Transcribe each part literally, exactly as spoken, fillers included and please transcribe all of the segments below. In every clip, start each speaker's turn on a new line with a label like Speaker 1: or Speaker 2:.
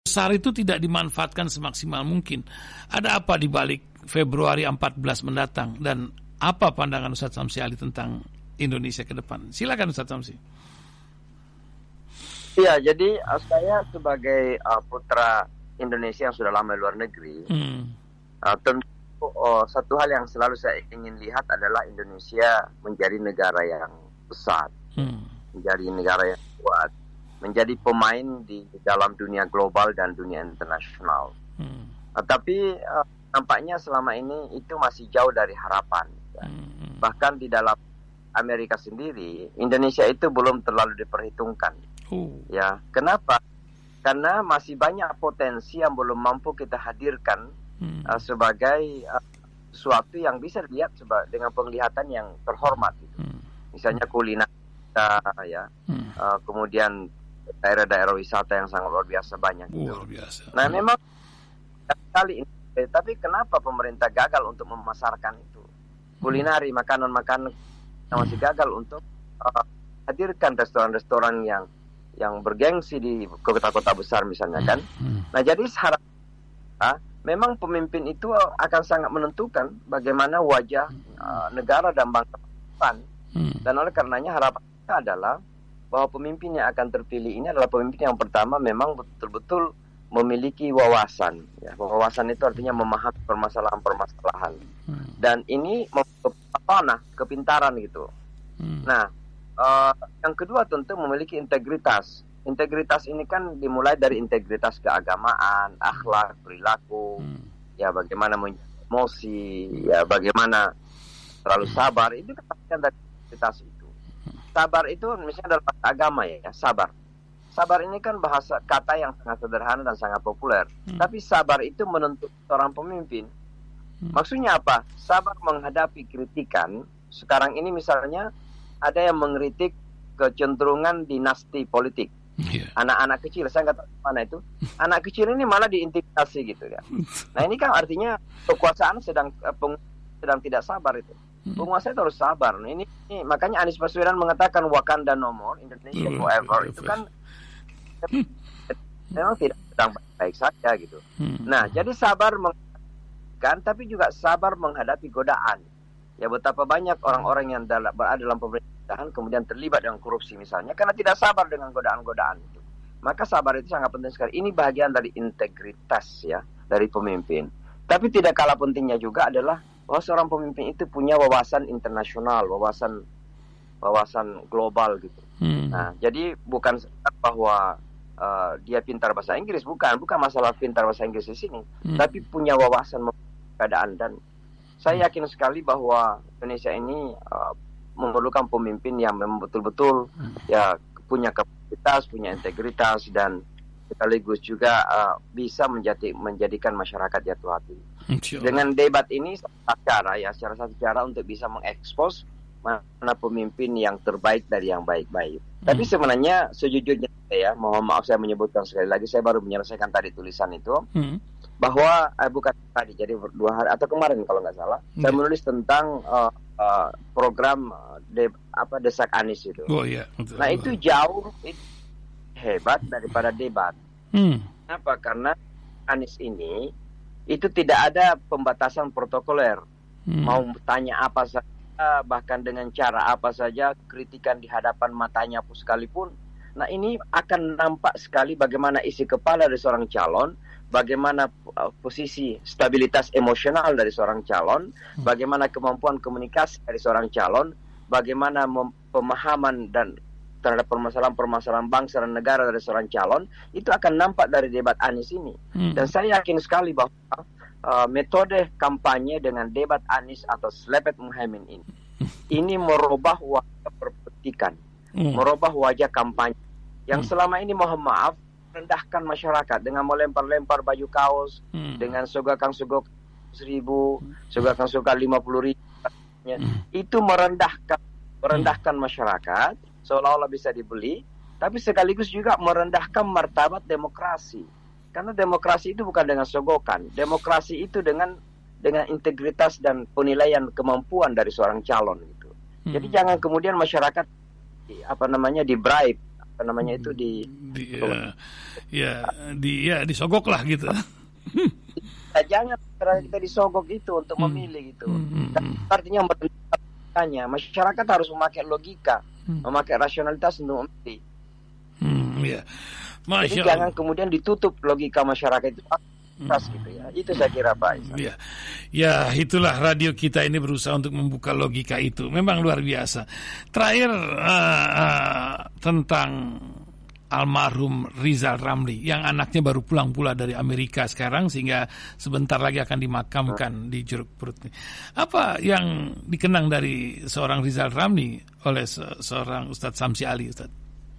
Speaker 1: besar itu tidak dimanfaatkan semaksimal mungkin. Ada apa di balik Februari empat belas mendatang dan apa pandangan Ustadz Samsi Ali tentang Indonesia ke depan? Silakan Ustadz Samsi.
Speaker 2: Iya, jadi uh, saya sebagai uh, putra Indonesia yang sudah lama di luar negeri, hmm. uh, tentu uh, satu hal yang selalu saya ingin lihat adalah Indonesia menjadi negara yang besar, hmm. menjadi negara yang kuat, menjadi pemain di dalam dunia global dan dunia internasional. Hmm. Uh, tapi uh, nampaknya selama ini itu masih jauh dari harapan. Ya. Hmm. Bahkan di dalam Amerika sendiri, Indonesia itu belum terlalu diperhitungkan. Uh. Ya, kenapa? Karena masih banyak potensi yang belum mampu kita hadirkan hmm. uh, sebagai uh, sesuatu yang bisa dilihat seba- dengan penglihatan yang terhormat. Gitu. Hmm. Misalnya kuliner kita, ya, hmm. uh, kemudian daerah-daerah wisata yang sangat luar biasa banyak. Gitu.
Speaker 1: Luar biasa.
Speaker 2: Nah, hmm. memang sekali ini, eh, tapi kenapa pemerintah gagal untuk memasarkan itu? Kulineri, makanan-makanan yang masih gagal untuk uh, hadirkan restoran-restoran yang yang bergengsi di kota-kota besar misalnya kan. Hmm. Nah jadi harap ah, memang pemimpin itu akan sangat menentukan bagaimana wajah uh, negara dan bangsa depan. Hmm. Dan oleh karenanya harapan kita adalah bahwa pemimpin yang akan terpilih ini adalah pemimpin yang pertama memang betul-betul memiliki wawasan. Ya, wawasan itu artinya memahami permasalahan-permasalahan. Hmm. Dan ini apa nah kepintaran gitu. Hmm. Nah Uh, yang kedua tentu memiliki integritas. Integritas ini kan dimulai dari integritas keagamaan, akhlak, perilaku, hmm. ya bagaimana emosi, ya bagaimana terlalu sabar. Itu kan dari integritas itu. Sabar itu misalnya dalam bahasa agama ya, sabar. Sabar ini kan bahasa kata yang sangat sederhana dan sangat populer. Hmm. Tapi sabar itu menuntut seorang pemimpin. Hmm. Maksudnya apa? Sabar menghadapi kritikan. Sekarang ini misalnya ada yang mengkritik kecenderungan dinasti politik. Yeah. Anak-anak kecil, saya nggak tahu mana itu. Anak kecil ini malah diintimidasi gitu ya. Nah ini kan artinya kekuasaan sedang peng, sedang tidak sabar itu. Penguasa itu harus sabar. Nah, ini, ini makanya Anies Baswedan mengatakan Wakanda no more, Indonesia forever. Itu kan memang tidak sedang baik saja gitu. Nah jadi sabar menghadapi, tapi juga sabar menghadapi godaan. Ya betapa banyak orang-orang yang dalam, berada dalam pemerintahan kemudian terlibat dengan korupsi misalnya karena tidak sabar dengan godaan-godaan itu. Maka sabar itu sangat penting sekali. Ini bagian dari integritas ya dari pemimpin. Tapi tidak kalah pentingnya juga adalah bahwa seorang pemimpin itu punya wawasan internasional, wawasan wawasan global gitu. Hmm. Nah, jadi bukan bahwa uh, dia pintar bahasa Inggris, bukan, bukan masalah pintar bahasa Inggris di sini, hmm. tapi punya wawasan keadaan. Dan saya yakin sekali bahwa Indonesia ini uh, memerlukan pemimpin yang memang betul-betul hmm. ya punya kapasitas, punya integritas dan sekaligus juga uh, bisa menjadi, menjadikan masyarakat jatuh hati. Sure. Dengan debat ini salah cara ya, secara satu cara untuk bisa mengekspos mana pemimpin yang terbaik dari yang baik-baik. Hmm. Tapi sebenarnya sejujurnya ya, mohon maaf saya menyebutkan sekali lagi, saya baru menyelesaikan tadi tulisan itu. Hmm. Bahwa eh, bukan tadi, jadi dua hari atau kemarin kalau nggak salah, yeah. saya menulis tentang uh, uh, program de, apa Desak Anies itu. Oh, yeah. Betul. Nah itu jauh itu hebat daripada debat. Hmm. Kenapa? Karena Anies ini itu tidak ada pembatasan protokoler. Hmm. Mau tanya apa saja, bahkan dengan cara apa saja, kritikan di hadapan matanya pun sekalipun. Nah ini akan nampak sekali bagaimana isi kepala dari seorang calon, bagaimana uh, posisi stabilitas emosional dari seorang calon, hmm. bagaimana kemampuan komunikasi dari seorang calon, bagaimana mem- pemahaman dan terhadap permasalahan-permasalahan bangsa dan negara dari seorang calon, itu akan nampak dari debat Anies ini. Hmm. Dan saya yakin sekali bahwa uh, metode kampanye dengan debat Anies atau Selepet Muhaimin ini, hmm. ini merubah wajah perpolitikan, hmm. merubah wajah kampanye yang hmm. selama ini mohon maaf merendahkan masyarakat dengan melempar-lempar baju kaos, hmm. dengan sogakang-sogak seribu, hmm. sogakang-sogak lima puluh ribu, hmm. itu merendahkan merendahkan hmm. masyarakat seolah-olah bisa dibeli, tapi sekaligus juga merendahkan martabat demokrasi. Karena demokrasi itu bukan dengan sogokan, demokrasi itu dengan dengan integritas dan penilaian kemampuan dari seorang calon gitu. Hmm. Jadi jangan kemudian masyarakat apa namanya di bribe apa namanya itu di,
Speaker 1: di uh, ya di ya disogok lah gitu.
Speaker 2: Nah, jangan kita disogok itu untuk hmm. memilih gitu. Hmm. Artinya memilih, masyarakat harus memakai logika, hmm. memakai rasionalitas untuk memilih.
Speaker 1: Hmm, ya. Masya
Speaker 2: Jadi
Speaker 1: Allah.
Speaker 2: jangan kemudian ditutup logika masyarakat itu. Pas gitu ya. Itu saya kira Pak Ihsan.
Speaker 1: Ya. Ya, itulah radio kita ini berusaha untuk membuka logika itu. Memang luar biasa. Terakhir uh, uh, tentang almarhum Rizal Ramli yang anaknya baru pulang pula dari Amerika sekarang sehingga sebentar lagi akan dimakamkan hmm. di Jeruk Purut. Apa yang dikenang dari seorang Rizal Ramli oleh se- seorang Ustadz Samsi Ali, Ustadz?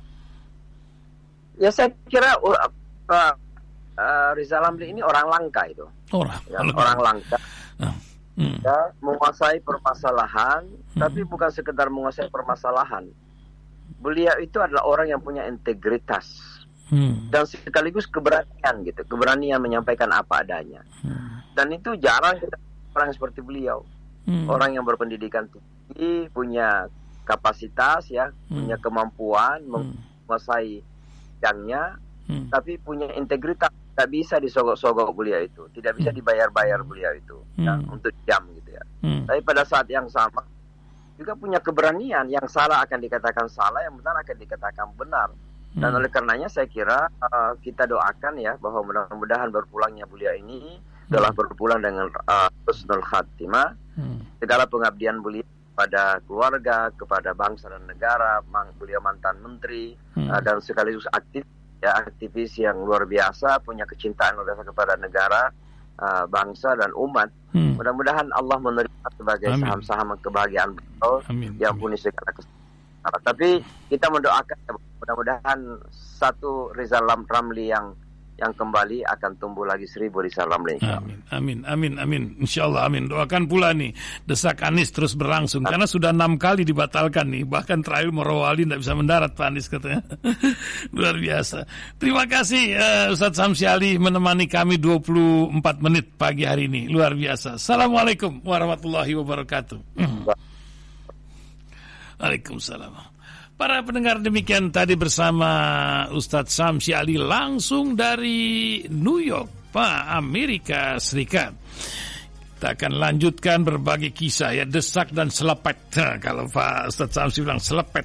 Speaker 2: Ya saya kira uh, uh, Uh, Rizal Ramli ini orang langka itu,
Speaker 1: orang,
Speaker 2: ya, orang langka,
Speaker 1: uh, hmm.
Speaker 2: ya, menguasai permasalahan, hmm. tapi bukan sekedar menguasai permasalahan. Beliau itu adalah orang yang punya integritas hmm. dan sekaligus keberanian gitu, keberanian menyampaikan apa adanya. Hmm. Dan itu jarang kita orang seperti beliau, hmm. orang yang berpendidikan tinggi, punya kapasitas, ya, hmm. punya kemampuan hmm. menguasai bidangnya. Hmm. Tapi punya integritas, tidak bisa disogok-sogok beliau itu, tidak bisa dibayar-bayar beliau itu hmm. ya, untuk jam gitu ya. Hmm. Tapi pada saat yang sama juga punya keberanian, yang salah akan dikatakan salah, yang benar akan dikatakan benar. Hmm. Dan oleh karenanya saya kira uh, kita doakan ya bahwa mudah-mudahan berpulangnya beliau ini hmm. adalah berpulang dengan uh, husnul khatimah, hmm. segala pengabdian beliau kepada keluarga, kepada bangsa dan negara, beliau mantan menteri hmm. uh, dan sekaligus aktif. Ya, aktivis yang luar biasa, punya kecintaan luar biasa kepada negara, uh, bangsa dan umat. Hmm. Mudah-mudahan Allah menerima sebagai Amin. Saham-saham kebahagiaan beliau yang punya segala kesempatan. Tapi kita mendoakan mudah-mudahan satu Rizal Ramli yang yang kembali akan tumbuh lagi seribu Rizal Ramli.
Speaker 1: Amin, amin, amin, amin. Insyaallah, amin. Doakan pula nih desak Anies terus berlangsung amin. Karena sudah enam kali dibatalkan nih. Bahkan terakhir Morowali tidak bisa mendarat Pak Anies katanya. Luar biasa. Terima kasih uh, Ustadz Samsi Ali menemani kami dua puluh empat menit pagi hari ini. Luar biasa. Assalamualaikum warahmatullahi wabarakatuh. Waalaikumsalam. Para pendengar, demikian tadi bersama Ustadz Samsi Ali langsung dari New York, Pak, Amerika Serikat. Kita akan lanjutkan berbagai kisah ya, desak dan selepet. Nah, kalau Pak Ustadz Samsi bilang selepet.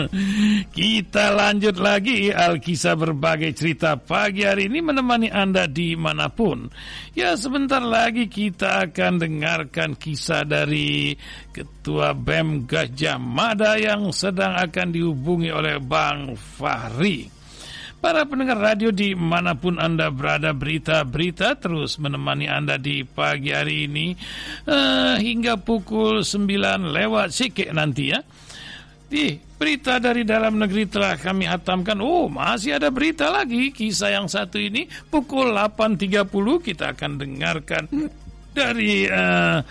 Speaker 1: Kita lanjut lagi Alkisah berbagai cerita pagi hari ini menemani Anda dimanapun. Ya, sebentar lagi kita akan dengarkan kisah dari Ketua B E M Gajah Mada yang sedang akan dihubungi oleh Bang Fahri. Para pendengar radio dimanapun Anda berada, berita-berita terus menemani Anda di pagi hari ini uh, hingga pukul sembilan lewat sikit nanti ya. Di berita dari dalam negeri telah kami hatamkan. Oh, masih ada berita lagi. Kisah yang satu ini pukul delapan tiga puluh kita akan dengarkan dari uh,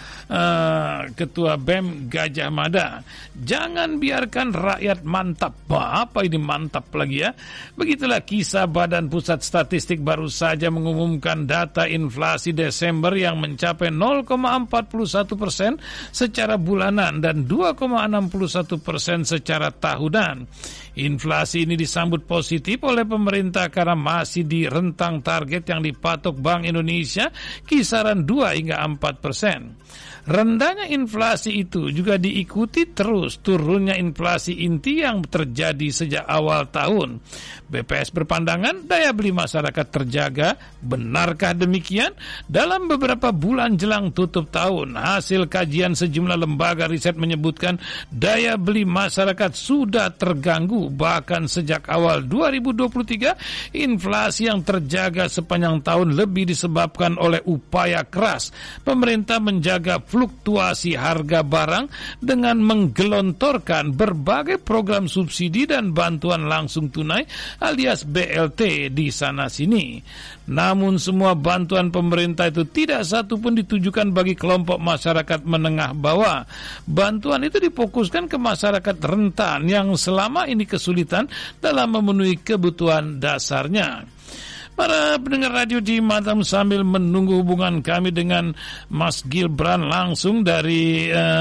Speaker 1: uh, Ketua B E M Gajah Mada. Jangan biarkan rakyat mantap. Wah, apa ini mantap lagi ya? Begitulah kisah Badan Pusat Statistik baru saja mengumumkan data inflasi Desember yang mencapai nol koma empat satu persen secara bulanan dan dua koma enam satu persen secara tahunan. Inflasi ini disambut positif oleh pemerintah karena masih di rentang target yang dipatok Bank Indonesia kisaran dua hingga empat persen. Rendahnya inflasi itu juga diikuti terus turunnya inflasi inti yang terjadi sejak awal tahun. B P S berpandangan daya beli masyarakat terjaga. Benarkah demikian? Dalam beberapa bulan jelang tutup tahun, hasil kajian sejumlah lembaga riset menyebutkan daya beli masyarakat sudah terganggu. Bahkan sejak awal dua ribu dua puluh tiga, inflasi yang terjaga sepanjang tahun lebih disebabkan oleh upaya keras pemerintah menjaga fluktuasi harga barang dengan menggelontorkan berbagai program subsidi dan bantuan langsung tunai alias B L T di sana-sini. Namun semua bantuan pemerintah itu tidak satu pun ditujukan bagi kelompok masyarakat menengah bawah. Bantuan itu difokuskan ke masyarakat rentan yang selama ini kesulitan dalam memenuhi kebutuhan dasarnya. Para pendengar radio di Matam, sambil menunggu hubungan kami dengan Mas Gibran langsung dari uh,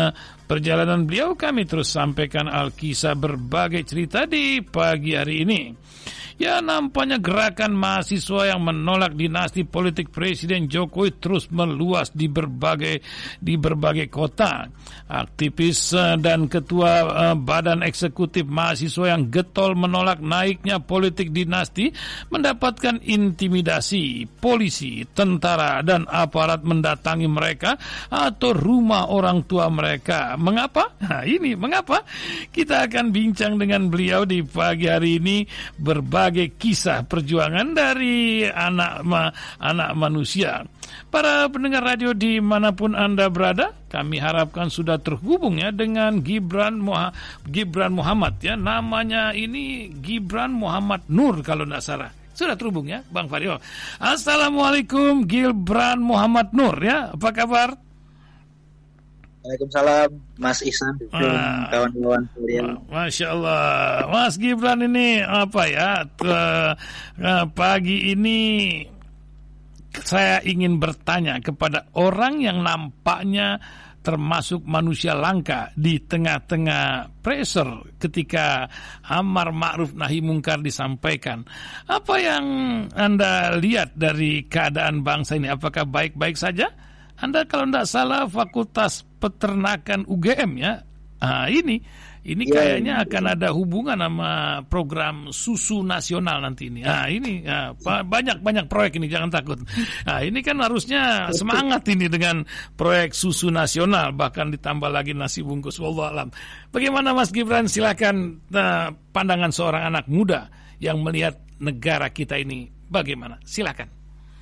Speaker 1: perjalanan beliau kami terus sampaikan Alkisah berbagai cerita di pagi hari ini. Ya, nampaknya gerakan mahasiswa yang menolak dinasti politik Presiden Jokowi terus meluas di berbagai di berbagai kota. Aktivis dan ketua uh, badan eksekutif mahasiswa yang getol menolak naiknya politik dinasti mendapatkan intimidasi polisi, tentara, dan aparat mendatangi mereka atau rumah orang tua mereka. Mengapa? Nah, ini mengapa? Kita akan bincang dengan beliau di pagi hari ini berbagai kisah perjuangan dari anak ma, anak manusia. Para pendengar radio dimanapun Anda berada, kami harapkan sudah terhubung ya dengan Gibran Muha, Gibran Muhammad ya, namanya ini Gibran Muhammad Nur kalau tidak salah. Sudah terhubung ya Bang Fario. Assalamualaikum Gibran Muhammad Nur ya, apa kabar?
Speaker 3: Waalaikumsalam Mas Ihsan dan ah, kawan-kawan kalian.
Speaker 1: Masya Allah, Mas Gibran ini apa ya? T- pagi ini saya ingin bertanya kepada orang yang nampaknya termasuk manusia langka di tengah-tengah pressure ketika amar ma'ruf nahi mungkar disampaikan. Apa yang Anda lihat dari keadaan bangsa ini? Apakah baik-baik saja? Anda kalau tidak salah Fakultas Peternakan U G M ya. Nah, ini ini ya, kayaknya ya, akan ada hubungan sama program susu nasional nanti ini. Nah, ini ya, banyak-banyak proyek ini, jangan takut. Nah, ini kan harusnya semangat ini dengan proyek susu nasional, bahkan ditambah lagi nasi bungkus. Wallahu alam. Bagaimana Mas Gibran, silakan uh, pandangan seorang anak muda yang melihat negara kita ini bagaimana? Silakan.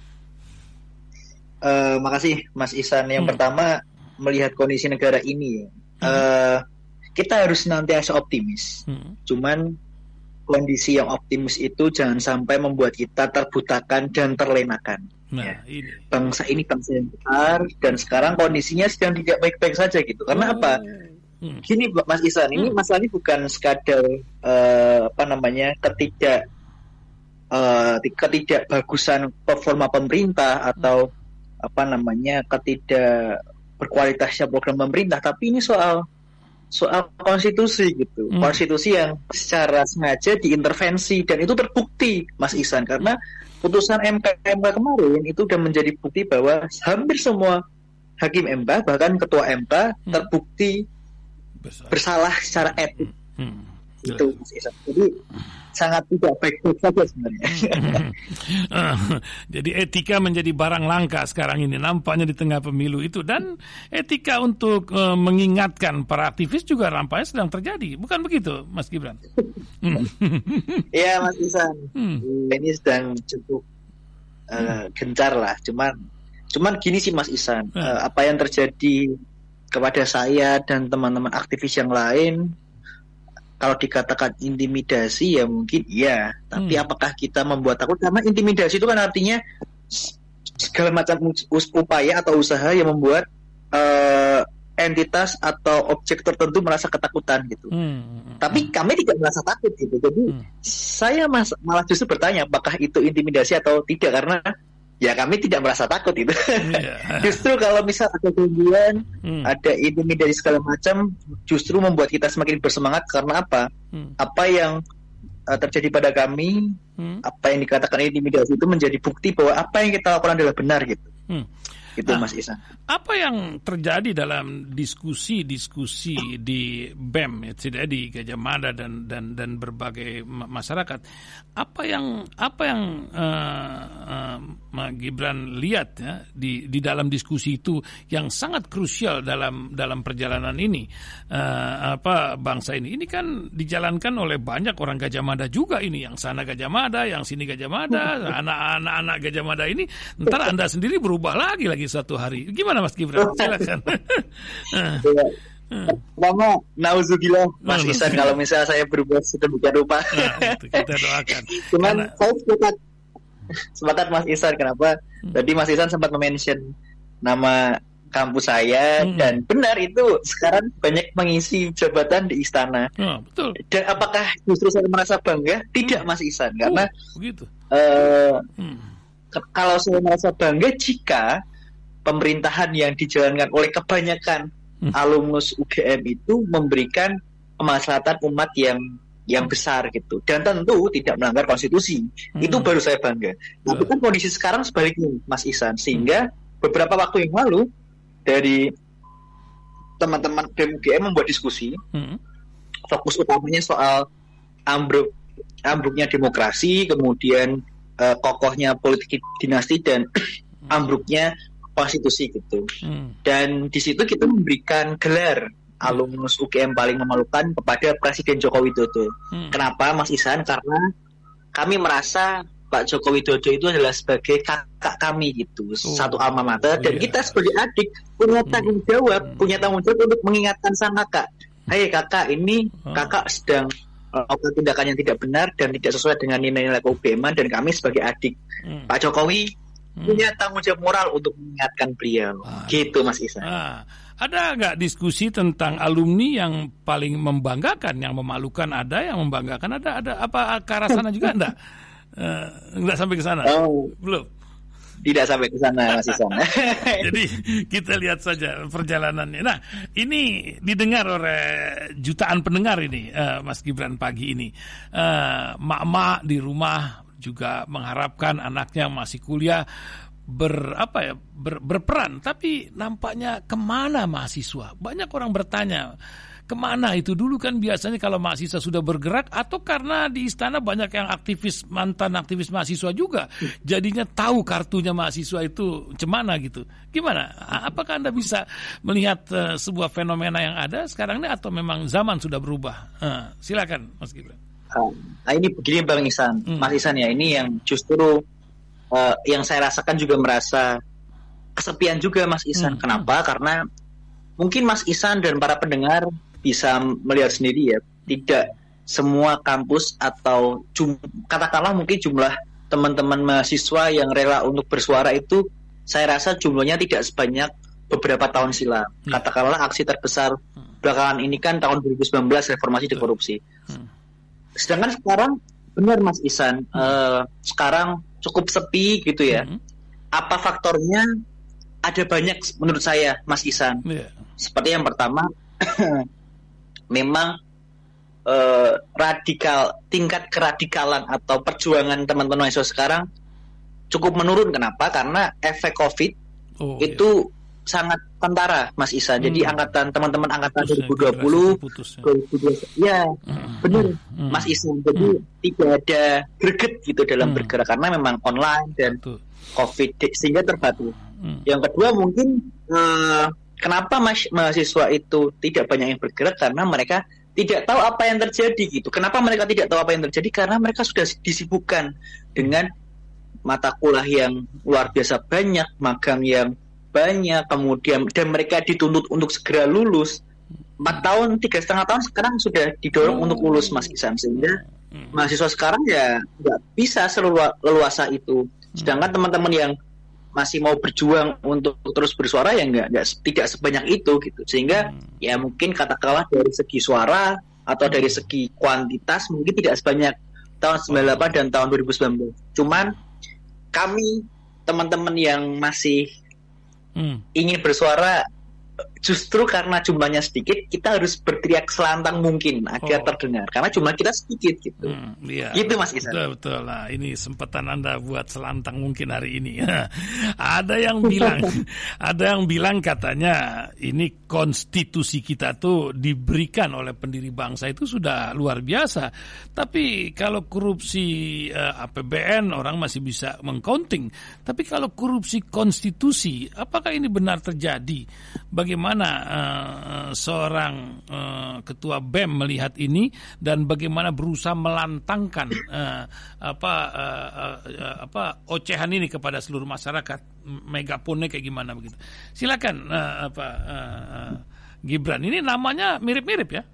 Speaker 3: Uh, makasih Mas Ihsan. Yang hmm. pertama, melihat kondisi negara ini hmm. uh, kita harus senantiasa optimis. hmm. Cuman kondisi yang optimis itu jangan sampai membuat kita terbutakan dan terlenakan. Nah, ya. ini. Bangsa ini bangsa yang besar dan sekarang kondisinya sedang tidak baik-baik saja gitu. Karena oh. apa? hmm. Gini Mas Ihsan, ini hmm. masalah ini bukan sekadar uh, apa namanya ketidak uh, ketidakbagusan performa pemerintah atau hmm. apa namanya ketidak berkualitasnya program pemerintah, tapi ini soal soal konstitusi gitu, hmm. konstitusi yang secara sengaja diintervensi dan itu terbukti Mas Ihsan, karena putusan M K M K kemarin itu sudah menjadi bukti bahwa hampir semua hakim M K bahkan ketua M K hmm. terbukti Besar. bersalah secara etik. Hmm. Itu Mas Ihsan. Jadi sangat tidak baik-baik saja sebenarnya.
Speaker 1: Jadi etika menjadi barang langka sekarang ini nampaknya di tengah pemilu itu, dan etika untuk uh, mengingatkan para aktivis juga nampaknya sedang terjadi, bukan begitu Mas Gibran?
Speaker 3: Iya Mas Ihsan, hmm. ini sedang cukup uh, gencar lah. Cuman, cuman gini sih Mas Ihsan, hmm. uh, apa yang terjadi kepada saya dan teman-teman aktivis yang lain. Kalau dikatakan intimidasi ya mungkin iya, tapi hmm. apakah kita membuat takut? Karena intimidasi itu kan artinya segala macam upaya atau usaha yang membuat uh, entitas atau objek tertentu merasa ketakutan gitu. Hmm. Tapi kami tidak merasa takut gitu. Jadi hmm. saya mas, malah justru bertanya apakah itu intimidasi atau tidak, karena ya kami tidak merasa takut itu. Yeah. Justru kalau misal ada gangguan, hmm. ada intimidasi segala macam, justru membuat kita semakin bersemangat. Karena apa? Hmm. Apa yang uh, terjadi pada kami, hmm. apa yang dikatakan intimidasi itu menjadi bukti bahwa apa yang kita lakukan adalah benar gitu. Hmm. Itu nah, Mas Ihsan.
Speaker 1: Apa yang terjadi dalam diskusi-diskusi di B E M ya, tidak di Gajah Mada dan dan dan berbagai masyarakat? Apa yang apa yang uh, uh, Gibran lihat ya di di dalam diskusi itu yang sangat krusial dalam dalam perjalanan ini uh, apa bangsa ini? Ini kan dijalankan oleh banyak orang Gajah Mada juga ini, yang sana Gajah Mada, yang sini Gajah Mada, anak-anak Gajah Mada ini. Ntar Anda sendiri berubah lagi lagi satu hari. Gimana Mas Gibran? Silakan.
Speaker 3: Pertama, nauzubillah Mas Ihsan kalau misalnya saya berubah sedemikian rupa.
Speaker 1: Nah, itu kita doakan.
Speaker 3: Cuman Karena... saya sepakat, sepakat Mas Ihsan. Kenapa? Hmm. Tadi Mas Ihsan sempat mention nama kampus saya, hmm. dan benar itu sekarang banyak mengisi jabatan di istana.
Speaker 1: Oh, betul.
Speaker 3: Dan apakah justru saya merasa bangga? Tidak Mas Ihsan, karena
Speaker 1: oh, begitu.
Speaker 3: Uh, hmm. Kalau saya merasa bangga jika pemerintahan yang dijalankan oleh kebanyakan hmm. alumnus U G M itu memberikan kemaslahatan umat yang yang besar gitu, dan tentu tidak melanggar konstitusi. Hmm. Itu baru saya bangga. Tapi kan kondisi sekarang sebaliknya, Mas Ihsan, sehingga beberapa waktu yang lalu dari teman-teman B E M U G M membuat diskusi, hmm. fokus utamanya soal ambruk ambruknya demokrasi, kemudian uh, kokohnya politik dinasti dan ambruknya konstitusi gitu. Hmm. Dan di situ kita memberikan gelar alumnus U G M paling memalukan kepada Presiden Joko Widodo. Hmm. Kenapa, Mas Ihsan? Karena kami merasa Pak Joko Widodo itu adalah sebagai kakak kami gitu, oh. satu alma mater, oh, dan yeah. kita sebagai adik punya tanggung jawab, hmm. punya tanggung jawab untuk mengingatkan sang kakak. Hai kakak, ini oh. kakak sedang melakukan uh, tindakan yang tidak benar dan tidak sesuai dengan nilai-nilai U G M, dan kami sebagai adik hmm. Pak Jokowi hmm. punya tanggung jawab moral untuk mengingatkan beliau. Ah, gitu, Mas Ihsan. Ah.
Speaker 1: Ada nggak diskusi tentang alumni yang paling membanggakan, yang memalukan ada, yang membanggakan ada, ada apa ke arah sana juga enggak? Uh, enggak sampai ke sana?
Speaker 3: Oh,
Speaker 1: belum.
Speaker 3: Tidak sampai ke sana, Mas Ihsan.
Speaker 1: Jadi kita lihat saja perjalanannya. Nah, ini didengar oleh jutaan pendengar ini, uh, Mas Gibran pagi ini. Uh, mak-mak di rumah juga mengharapkan anaknya masih kuliah ber apa ya ber, berperan, tapi nampaknya kemana mahasiswa? Banyak orang bertanya kemana itu. Dulu kan biasanya kalau mahasiswa sudah bergerak, atau karena di istana banyak yang aktivis, mantan aktivis mahasiswa juga, jadinya tahu kartunya mahasiswa itu cemana gitu. Gimana? Apakah Anda bisa melihat uh, sebuah fenomena yang ada sekarang ini, atau memang zaman sudah berubah? Uh, silakan, Mas Gibran.
Speaker 3: Nah, ini begini, Bang Ihsan, hmm. Mas Ihsan ya, ini yang justru Uh, yang saya rasakan juga merasa kesepian juga, Mas Ihsan. Hmm. Kenapa? Karena mungkin Mas Ihsan dan para pendengar bisa melihat sendiri ya, tidak semua kampus atau jum- katakanlah mungkin jumlah teman-teman mahasiswa yang rela untuk bersuara itu, saya rasa jumlahnya tidak sebanyak beberapa tahun silam. Hmm. Katakanlah aksi terbesar belakangan ini kan tahun dua ribu sembilan belas, reformasi di korupsi. Hmm. Sedangkan sekarang benar, Mas Ihsan, hmm. uh, sekarang cukup sepi gitu ya. Mm-hmm. Apa faktornya? Ada banyak menurut saya, Mas Ihsan. Yeah. Seperti yang pertama, memang uh, radikal, tingkat keradikalan atau perjuangan teman-teman mahasiswa sekarang cukup menurun. Kenapa? Karena efek COVID oh, itu yeah. sangat kentara, Mas Ihsan. Hmm. Jadi angkatan teman-teman angkatan dua ribu dua puluh, putus, ya, dua ribu dua puluh, ya hmm. benar, hmm. Mas Ihsan. Jadi hmm. tidak ada greget gitu dalam hmm. bergerak, karena memang online dan Betul. COVID sehingga terbantu. Hmm. Yang kedua mungkin uh, kenapa mas- mahasiswa itu tidak banyak yang bergerak, karena mereka tidak tahu apa yang terjadi gitu. Kenapa mereka tidak tahu apa yang terjadi? Karena mereka sudah disibukkan dengan mata kuliah yang luar biasa banyak, magang yang banyak, kemudian dan mereka dituntut untuk segera lulus. Empat tahun, tiga setengah tahun sekarang sudah didorong oh. untuk lulus, Mas Ihsan, sehingga hmm. mahasiswa sekarang ya nggak bisa seleluasa itu. Sedangkan hmm. teman-teman yang masih mau berjuang untuk terus bersuara ya nggak nggak tidak sebanyak itu gitu. Sehingga hmm. ya mungkin katakanlah dari segi suara atau dari segi kuantitas mungkin tidak sebanyak tahun sembilan puluh delapan dan tahun dua ribu sembilan belas. Cuman kami teman-teman yang masih Hmm. ingin bersuara, justru karena jumlahnya sedikit, kita harus berteriak selantang mungkin agar oh. terdengar, karena jumlah kita sedikit gitu. Hmm, iya. Gitu, Mas Ihsan.
Speaker 1: Betul, betul. Nah, ini kesempatan Anda buat selantang mungkin hari ini. Ada yang bilang, ada yang bilang katanya ini konstitusi kita tuh diberikan oleh pendiri bangsa itu sudah luar biasa. Tapi kalau korupsi uh, A P B N orang masih bisa mengcounting. Tapi kalau korupsi konstitusi, apakah ini benar terjadi? Bagaimana uh, seorang uh, ketua B E M melihat ini, dan bagaimana berusaha melantangkan uh, apa uh, uh, apa ocehan ini kepada seluruh masyarakat, megafonnya kayak gimana begitu? Silakan uh, apa uh, uh, Gibran, ini namanya mirip-mirip ya.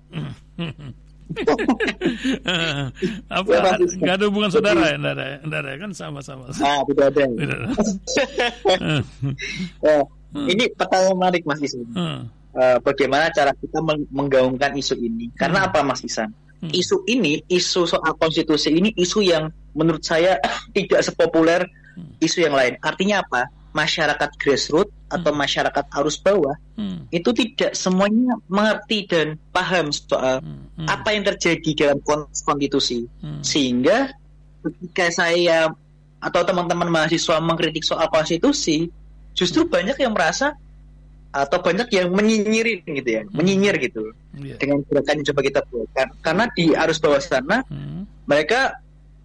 Speaker 1: Apa nggak ada hubungan saudara ya, nggak ada, nggak ada kan sama-sama.
Speaker 3: Ah, tidak ada. Tidak ada. oh, ini pertanyaan menarik, Mas Ihsan. Hmm. Uh, bagaimana cara kita menggaungkan isu ini? Karena hmm. apa, Mas Ihsan? Hmm. Isu ini, isu soal konstitusi ini, isu yang menurut saya tidak sepopuler hmm. isu yang lain. Artinya apa? Masyarakat grassroots atau masyarakat arus bawah hmm. itu tidak semuanya mengerti dan paham soal hmm. apa yang terjadi dalam konstitusi. Hmm. Sehingga ketika saya atau teman-teman mahasiswa mengkritik soal konstitusi, justru banyak yang merasa atau banyak yang menyinyirin gitu ya, hmm. menyinyir gitu yeah. dengan gerakan yang coba kita buat. Karena di arus bawah sana hmm. mereka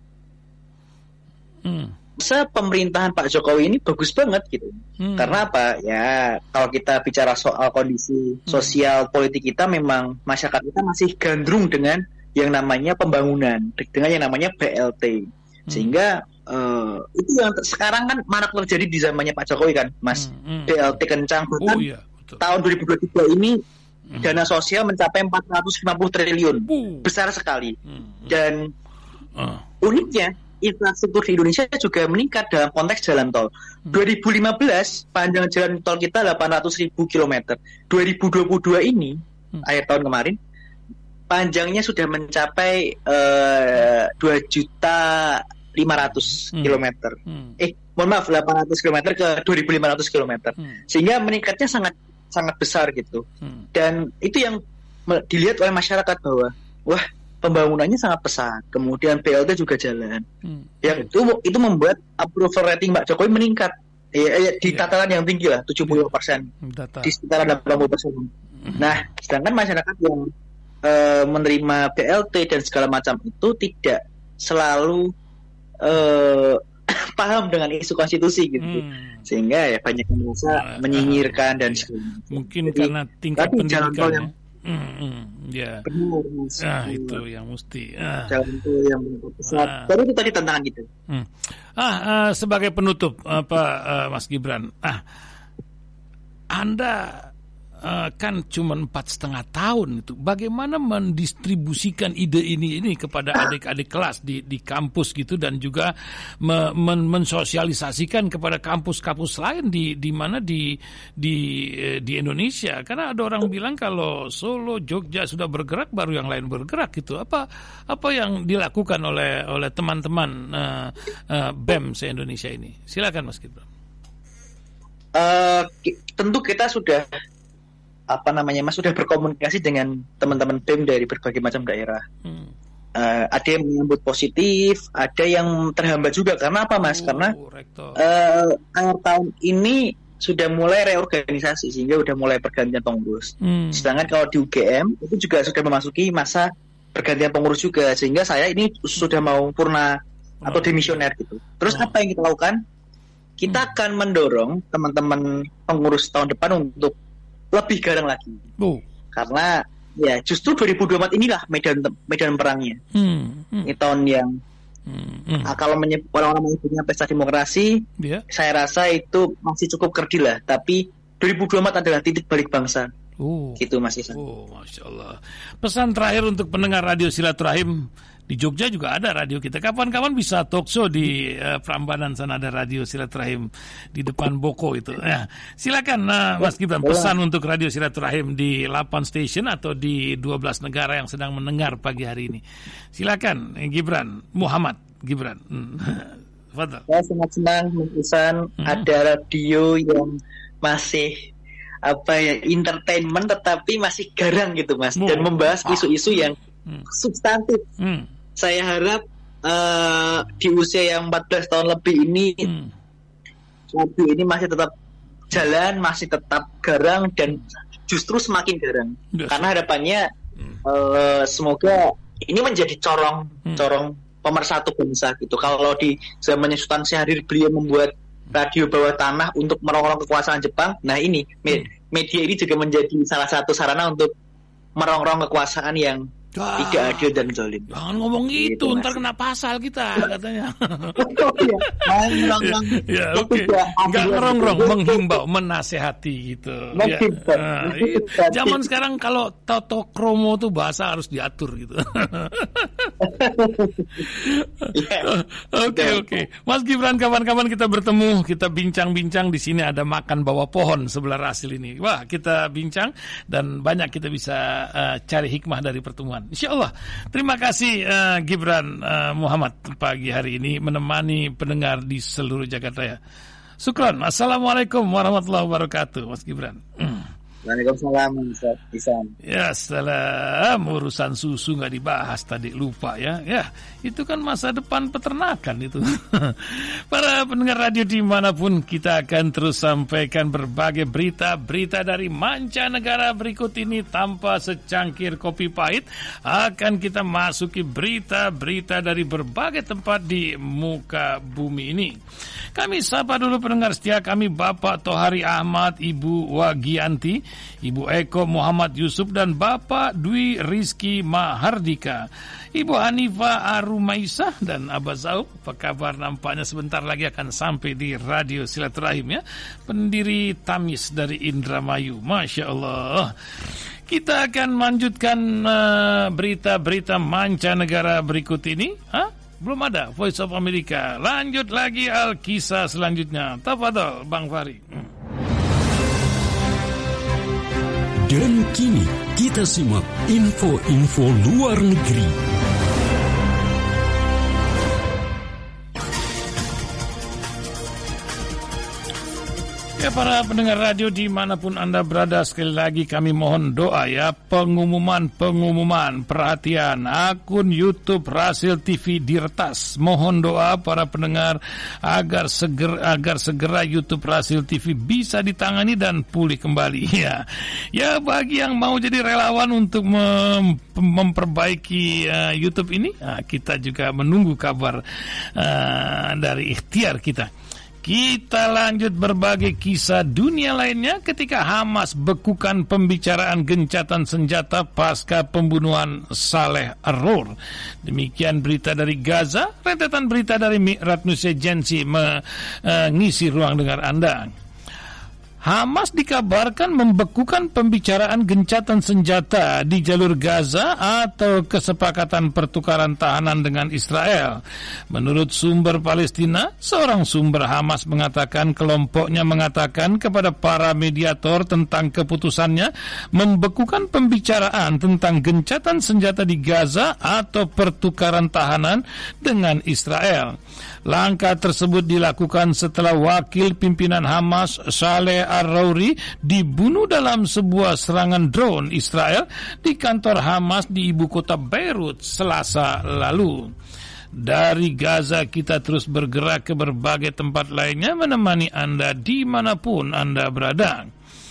Speaker 3: hmm. masa pemerintahan Pak Jokowi ini bagus banget gitu. Hmm. Karena apa? Ya kalau kita bicara soal kondisi hmm. sosial politik kita, memang masyarakat kita masih gandrung dengan yang namanya pembangunan, dengan yang namanya B L T. Hmm. Sehingga uh, itu yang ter- sekarang kan marak terjadi di zamannya Pak Jokowi kan, Mas. Hmm. B L T kencang bahkan oh, iya, tahun dua ribu dua puluh tiga ini hmm. dana sosial mencapai empat ratus lima puluh triliun. Uh. Besar sekali. Hmm. Dan uh. uniknya infrastruktur di Indonesia juga meningkat dalam konteks jalan tol. Hmm. dua ribu lima belas panjang jalan tol kita delapan ratus ribu kilometer. dua ribu dua puluh dua ini hmm. akhir tahun kemarin panjangnya sudah mencapai uh, dua juta lima ratus kilometer. Hmm. Eh, mohon maaf, delapan ratus kilometer ke dua ribu lima ratus kilometer. Hmm. Sehingga meningkatnya sangat sangat besar gitu. Hmm. Dan itu yang dilihat oleh masyarakat bahwa wah, pembangunannya sangat pesat. Kemudian B L T juga jalan. Hmm. Yang itu itu membuat approval rating Pak Jokowi meningkat. Ya, ya, di yeah. tataran yang tinggi lah, tujuh puluh persen. Yeah. Di sekitar delapan puluh persen. Hmm. Nah, sedangkan masyarakat yang uh, menerima B L T dan segala macam itu tidak selalu Uh, paham dengan isu konstitusi gitu, hmm. sehingga ya banyak yang merasa uh, menyinyirkan uh, dan sebagainya.
Speaker 1: Mungkin jadi, karena tingkat pendidikan yang hmm, hmm, ya,
Speaker 3: benar, mas.
Speaker 1: Ah, itu yang mesti. Ah.
Speaker 3: Jalan itu yang besar. Ah. Baru itu tadi tantangan gitu.
Speaker 1: Hmm. Ah, uh, sebagai penutup apa uh, Mas Gibran? Ah, Anda Uh, kan cuma empat setengah tahun itu. Bagaimana mendistribusikan ide ini ini kepada adik-adik kelas di di kampus gitu, dan juga me, men, mensosialisasikan kepada kampus-kampus lain di di mana di di di Indonesia? Karena ada orang bilang kalau Solo, Jogja sudah bergerak, baru yang lain bergerak gitu. Apa apa yang dilakukan oleh oleh teman-teman uh, uh, B E M se-Indonesia ini? Silakan Mas Gibran.
Speaker 3: Uh, tentu kita sudah apa namanya mas sudah berkomunikasi dengan teman-teman B E M dari berbagai macam daerah. Hmm. Uh, ada yang menyambut positif, ada yang terhambat juga. Karena apa mas? Uh, Karena uh, akhir tahun ini sudah mulai reorganisasi, sehingga sudah mulai pergantian pengurus. Hmm. Sedangkan kalau di U G M itu juga sudah memasuki masa pergantian pengurus juga, sehingga saya ini sudah mau purna oh. atau demisioner gitu. Terus oh. apa yang kita lakukan? Kita hmm. akan mendorong teman-teman pengurus tahun depan untuk lebih garang lagi, oh. karena ya justru dua ribu dua puluh empat inilah medan medan perangnya. Hmm. Hmm. Ini tahun yang hmm. Hmm. Nah, kalau menyebut orang-orang menyebutnya pesta demokrasi, yeah. saya rasa itu masih cukup kerdil lah. Tapi dua ribu dua puluh empat adalah titik balik bangsa. Oh. Gitu Mas Isan.
Speaker 1: Oh, Masya Allah. Pesan terakhir untuk pendengar Radio Silaturahim. Di Jogja juga ada radio kita. Kapan-kapan bisa talk show di uh, Prambanan, sana ada Radio Silaturahim di depan Boko itu. Ya, silakan uh, Mas Gibran, pesan untuk Radio Silaturahim di delapan station atau di dua belas negara yang sedang mendengar pagi hari ini. Silakan Gibran, Muhammad Gibran. Fadal.
Speaker 3: Saya sangat senang Isan hmm. ada radio yang masih apa ya entertainment tetapi masih garang gitu Mas, oh. dan membahas isu-isu yang hmm. substantif. Hmm. Saya harap uh, di usia yang empat belas tahun lebih ini hmm. radio ini masih tetap jalan, masih tetap garang dan justru semakin garang. Yes. Karena harapannya hmm. uh, semoga ini menjadi corong hmm. corong pemersatu bangsa gitu. Kalau di zamannya Sultan Syahrir beliau membuat radio bawah tanah untuk merongrong kekuasaan Jepang, nah ini hmm. media ini juga menjadi salah satu sarana untuk merongrong kekuasaan yang ah, tidak adil dan zalim.
Speaker 1: Jangan ngomong gitu, itu, ntar kena pasal kita katanya.
Speaker 3: Oh, iya. Ngerong-ngerong.
Speaker 1: Ya, oke. Okay. Enggak ngerong-ngerong, menghimbau, menasehati gitu. Ya. Nah, zaman sekarang kalau toto kromo tuh bahasa harus diatur gitu. Oke, oke. Mas Gibran, kapan-kapan kita bertemu, kita bincang-bincang di sini, ada makan bawah pohon sebelah Rasil ini. Wah, kita bincang dan banyak kita bisa uh, cari hikmah dari pertemuan. Insya Allah. Terima kasih uh, Gibran uh, Muhammad pagi hari ini menemani pendengar di seluruh Jakarta ya. Syukran. Assalamualaikum warahmatullahi wabarakatuh, Mas Gibran.
Speaker 3: Waalaikumsalam, Ustaz Ihsan.
Speaker 1: Ya, salam. Urusan susu nggak dibahas tadi, lupa ya. Ya, itu kan masa depan peternakan itu. Para pendengar radio dimanapun, kita akan terus sampaikan berbagai berita-berita dari mancanegara berikut ini tanpa secangkir kopi pahit. Akan kita masuki berita-berita dari berbagai tempat di muka bumi ini. Kami sapa dulu pendengar setia kami, Bapak Tohari Ahmad, Ibu Wagianti, Ibu Eko Muhammad Yusuf, dan Bapak Dwi Rizky Mahardika, Ibu Hanifah Arumaisah, dan Abah Zaub. Apa kabar? Nampaknya sebentar lagi akan sampai di Radio Silaturahim ya. Pendiri Tamis dari Indramayu. Masya Allah. Kita akan melanjutkan uh, berita-berita mancanegara berikut ini. Hah? Belum ada Voice of America. Lanjut lagi Al-Kisah selanjutnya. Tafadhol Bang Fahri.
Speaker 4: Dan kini kita simak info-info luar negeri.
Speaker 1: Ya, para pendengar radio dimanapun Anda berada, sekali lagi kami mohon doa ya. Pengumuman-pengumuman, perhatian, akun YouTube Rasil T V diretas. Mohon doa para pendengar agar segera, agar segera YouTube Rasil T V bisa ditangani dan pulih kembali ya. Ya, bagi yang mau jadi relawan untuk mem memperbaiki uh, YouTube ini, nah, kita juga menunggu kabar uh, dari ikhtiar kita. Kita lanjut berbagai kisah dunia lainnya ketika Hamas bekukan pembicaraan gencatan senjata pasca pembunuhan Saleh Arrour. Demikian berita dari Gaza. Rentetan berita dari Mi'rat News Agency mengisi ruang dengar Anda. Hamas dikabarkan membekukan pembicaraan gencatan senjata di jalur Gaza atau kesepakatan pertukaran tahanan dengan Israel. Menurut sumber Palestina, seorang sumber Hamas mengatakan kelompoknya mengatakan kepada para mediator tentang keputusannya membekukan pembicaraan tentang gencatan senjata di Gaza atau pertukaran tahanan dengan Israel. Langkah tersebut dilakukan setelah wakil pimpinan Hamas Saleh Arrouri dibunuh dalam sebuah serangan drone Israel di kantor Hamas di ibu kota Beirut Selasa lalu. Dari Gaza kita terus bergerak ke berbagai tempat lainnya menemani Anda dimanapun Anda berada.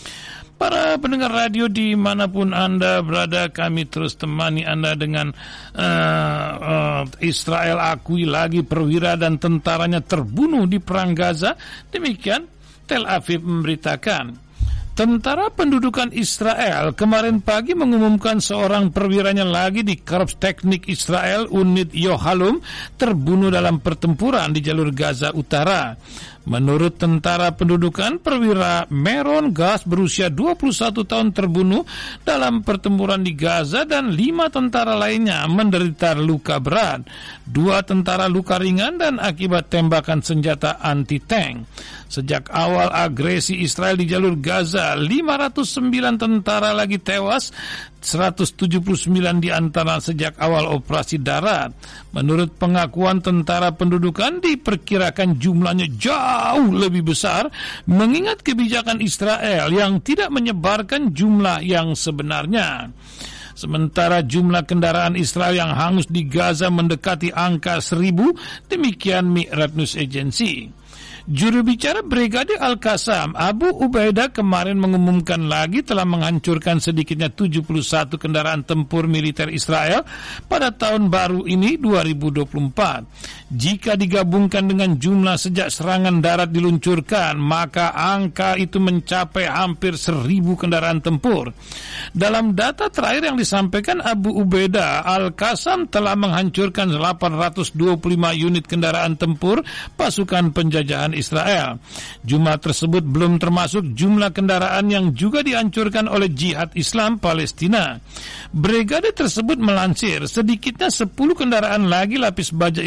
Speaker 1: Para pendengar radio dimanapun Anda berada, kami terus temani Anda dengan uh, uh, Israel akui lagi perwira dan tentaranya terbunuh di perang Gaza. Demikian Tel Aviv memberitakan. Tentara pendudukan Israel kemarin pagi mengumumkan seorang perwiranya lagi di Korps Teknik Israel unit Yohalum terbunuh dalam pertempuran di jalur Gaza Utara. Menurut tentara pendudukan, perwira Meron Gas berusia dua puluh satu tahun terbunuh dalam pertempuran di Gaza dan lima tentara lainnya menderita luka berat. Dua tentara luka ringan dan akibat tembakan senjata anti-tank. Sejak awal agresi Israel di jalur Gaza, lima ratus sembilan tentara lagi tewas, seratus tujuh puluh sembilan di antara sejak awal operasi darat. Menurut pengakuan tentara pendudukan, diperkirakan jumlahnya jauh lebih besar mengingat kebijakan Israel yang tidak menyebarkan jumlah yang sebenarnya. Sementara jumlah kendaraan Israel yang hangus di Gaza mendekati angka seribu, demikian Mi'rat News Agency. Juru bicara Brigade Al-Qassam, Abu Ubaidah kemarin mengumumkan lagi telah menghancurkan sedikitnya tujuh puluh satu kendaraan tempur militer Israel pada tahun baru ini dua ribu dua puluh empat. Jika digabungkan dengan jumlah sejak serangan darat diluncurkan, maka angka itu mencapai hampir seribu kendaraan tempur. Dalam data terakhir yang disampaikan Abu Ubaidah, Al-Qassam telah menghancurkan delapan ratus dua puluh lima unit kendaraan tempur pasukan penjajahan Israel. Jumlah tersebut belum termasuk jumlah kendaraan yang juga dihancurkan oleh Jihad Islam Palestina. Brigade tersebut melansir sedikitnya sepuluh kendaraan lagi lapis baja Israel berada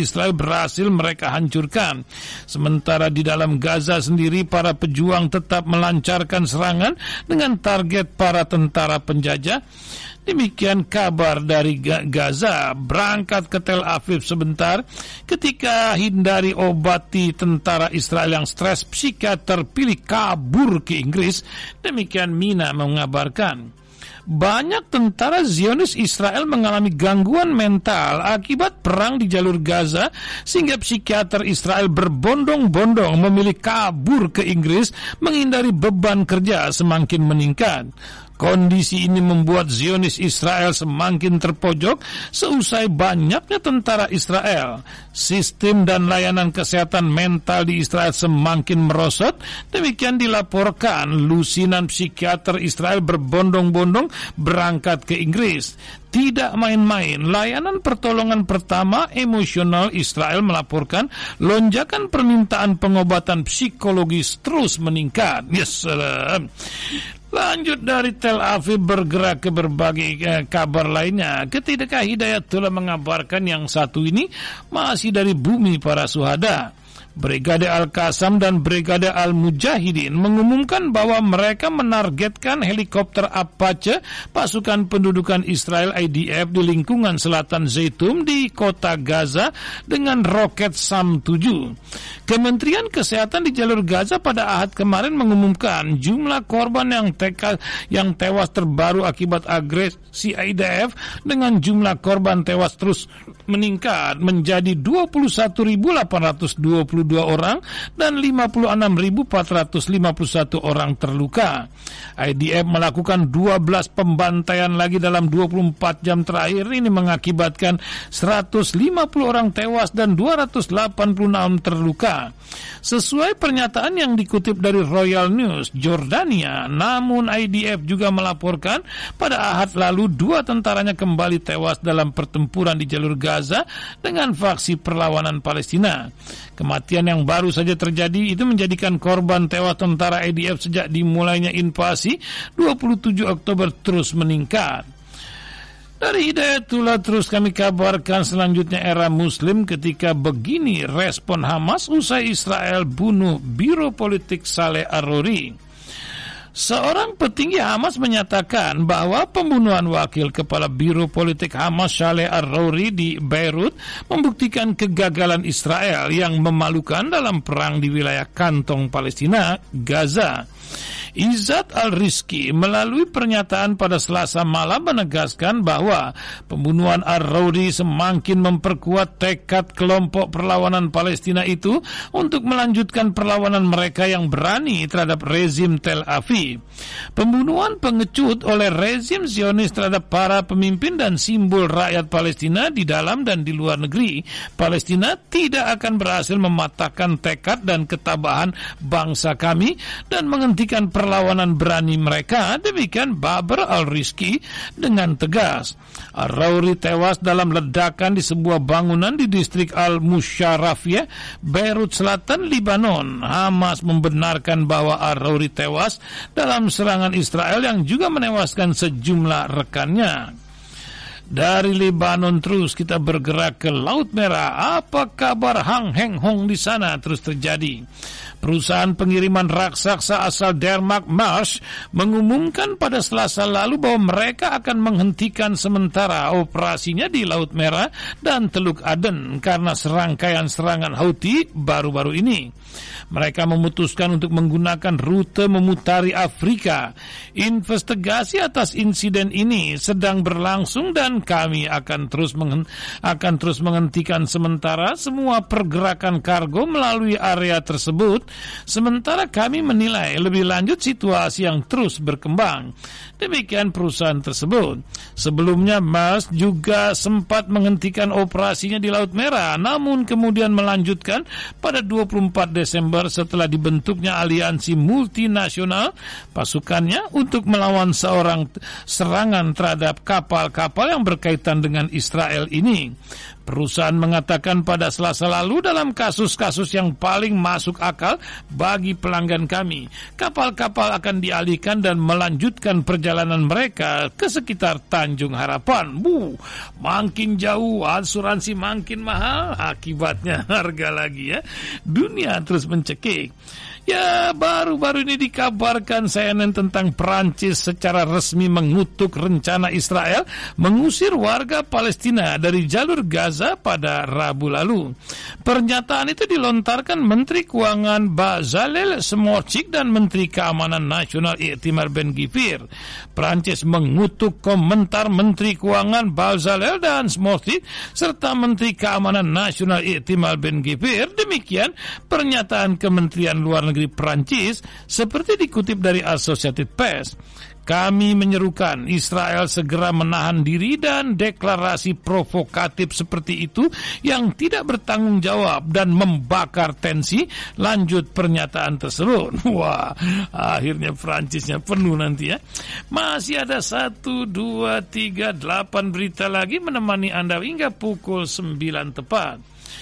Speaker 1: berhasil mereka hancurkan. Sementara di dalam Gaza sendiri, para pejuang tetap melancarkan serangan dengan target para tentara penjajah. Demikian kabar dari Gaza. Berangkat ke Tel Aviv sebentar. Ketika hindari obati tentara Israel yang stres, psikiater pilih kabur ke Inggris. Demikian Mina mengabarkan. Banyak tentara Zionis Israel mengalami gangguan mental akibat perang di jalur Gaza, sehingga psikiater Israel berbondong-bondong memilih kabur ke Inggris menghindari beban kerja semakin meningkat. Kondisi ini membuat Zionis Israel semakin terpojok seusai banyaknya tentara Israel. Sistem dan layanan kesehatan mental di Israel semakin merosot. Demikian dilaporkan lusinan psikiater Israel berbondong-bondong berangkat ke Inggris. Tidak main-main, layanan pertolongan pertama emosional Israel melaporkan lonjakan permintaan pengobatan psikologis terus meningkat. Yes, salam. Lanjut dari Tel Aviv bergerak ke berbagai eh, kabar lainnya. Ketika Hidayatullah mengabarkan yang satu ini masih dari bumi para syuhada. Brigade Al-Qassam dan Brigade Al-Mujahidin mengumumkan bahwa mereka menargetkan helikopter Apache pasukan pendudukan Israel I D F di lingkungan selatan Zaitum di kota Gaza dengan roket Sam tujuh. Kementerian Kesehatan di jalur Gaza pada Ahad kemarin mengumumkan jumlah korban yang, teka, yang tewas terbaru akibat agresi I D F dengan jumlah korban tewas terus meningkat menjadi dua puluh satu ribu delapan ratus dua puluh dua orang dan lima puluh enam ribu empat ratus lima puluh satu orang terluka. I D F melakukan dua belas pembantaian lagi dalam dua puluh empat jam terakhir. Ini mengakibatkan seratus lima puluh orang tewas dan dua ratus delapan puluh enam terluka. Sesuai pernyataan yang dikutip dari Royal News Jordania, namun I D F juga melaporkan pada Ahad lalu dua tentaranya kembali tewas dalam pertempuran di jalur Gaza dengan faksi perlawanan Palestina. Kematian yang baru saja terjadi itu menjadikan korban tewas tentara I D F sejak dimulainya invasi dua puluh tujuh Oktober terus meningkat. Dari Hidayatullah terus kami kabarkan selanjutnya era Muslim ketika begini respon Hamas usai Israel bunuh Biro Politik Saleh Arori. Seorang petinggi Hamas menyatakan bahwa pembunuhan wakil kepala Biro Politik Hamas Saleh Arori di Beirut membuktikan kegagalan Israel yang memalukan dalam perang di wilayah kantong Palestina, Gaza. Izzat Al-Rizki melalui pernyataan pada Selasa malam menegaskan bahwa pembunuhan Ar-Raudi semakin memperkuat tekad kelompok perlawanan Palestina itu untuk melanjutkan perlawanan mereka yang berani terhadap rezim Tel Aviv. Pembunuhan pengecut oleh rezim Zionis terhadap para pemimpin dan simbol rakyat Palestina di dalam dan di luar negeri Palestina tidak akan berhasil mematahkan tekad dan ketabahan bangsa kami dan menghentikan perlawanan berani mereka. Demikian Babar Al-Rizki dengan tegas. Ar-Rauri tewas dalam ledakan di sebuah bangunan di distrik Al-Musharrafiyah, Beirut Selatan, Libanon. Hamas membenarkan bahwa Ar-Rauri tewas dalam serangan Israel yang juga menewaskan sejumlah rekannya. Dari Lebanon terus kita bergerak ke Laut Merah. Apa kabar Hang Heng Hong di sana terus terjadi? Perusahaan pengiriman raksasa asal Denmark Maersk mengumumkan pada Selasa lalu bahwa mereka akan menghentikan sementara operasinya di Laut Merah dan Teluk Aden karena serangkaian serangan Houthi baru-baru ini. Mereka memutuskan untuk menggunakan rute memutari Afrika. Investigasi atas insiden ini sedang berlangsung dan kami akan terus menghent- akan terus menghentikan sementara semua pergerakan kargo melalui area tersebut. Sementara kami menilai lebih lanjut situasi yang terus berkembang. Demikian perusahaan tersebut. Sebelumnya Maersk juga sempat menghentikan operasinya di Laut Merah, namun kemudian melanjutkan pada dua puluh empat Desember setelah dibentuknya aliansi multinasional pasukannya untuk melawan seorang serangan terhadap kapal-kapal yang berkaitan dengan Israel ini. Perusahaan mengatakan pada Selasa lalu dalam kasus-kasus yang paling masuk akal bagi pelanggan kami, kapal-kapal akan dialihkan dan melanjutkan perjalanan mereka ke sekitar Tanjung Harapan. Bu, makin jauh asuransi makin mahal, akibatnya harga lagi ya. Dunia terus mencekik. Ya, baru-baru ini dikabarkan C N N tentang Perancis secara resmi mengutuk rencana Israel mengusir warga Palestina dari jalur Gaza pada Rabu lalu. Pernyataan itu dilontarkan Menteri Keuangan Bezalel Smotrich dan Menteri Keamanan Nasional Itamar Ben-Gvir. Perancis mengutuk komentar Menteri Keuangan Bezalel dan Smotrich serta Menteri Keamanan Nasional Itamar Ben-Gvir. Demikian pernyataan Kementerian Luar Negeri Perancis seperti dikutip dari Associated Press. Kami menyerukan Israel segera menahan diri dan deklarasi provokatif seperti itu yang tidak bertanggung jawab dan membakar tensi, lanjut pernyataan tersebut. Wah, akhirnya Perancisnya penuh nanti ya. Masih ada satu, dua, tiga, delapan berita lagi menemani Anda hingga pukul sembilan tepat.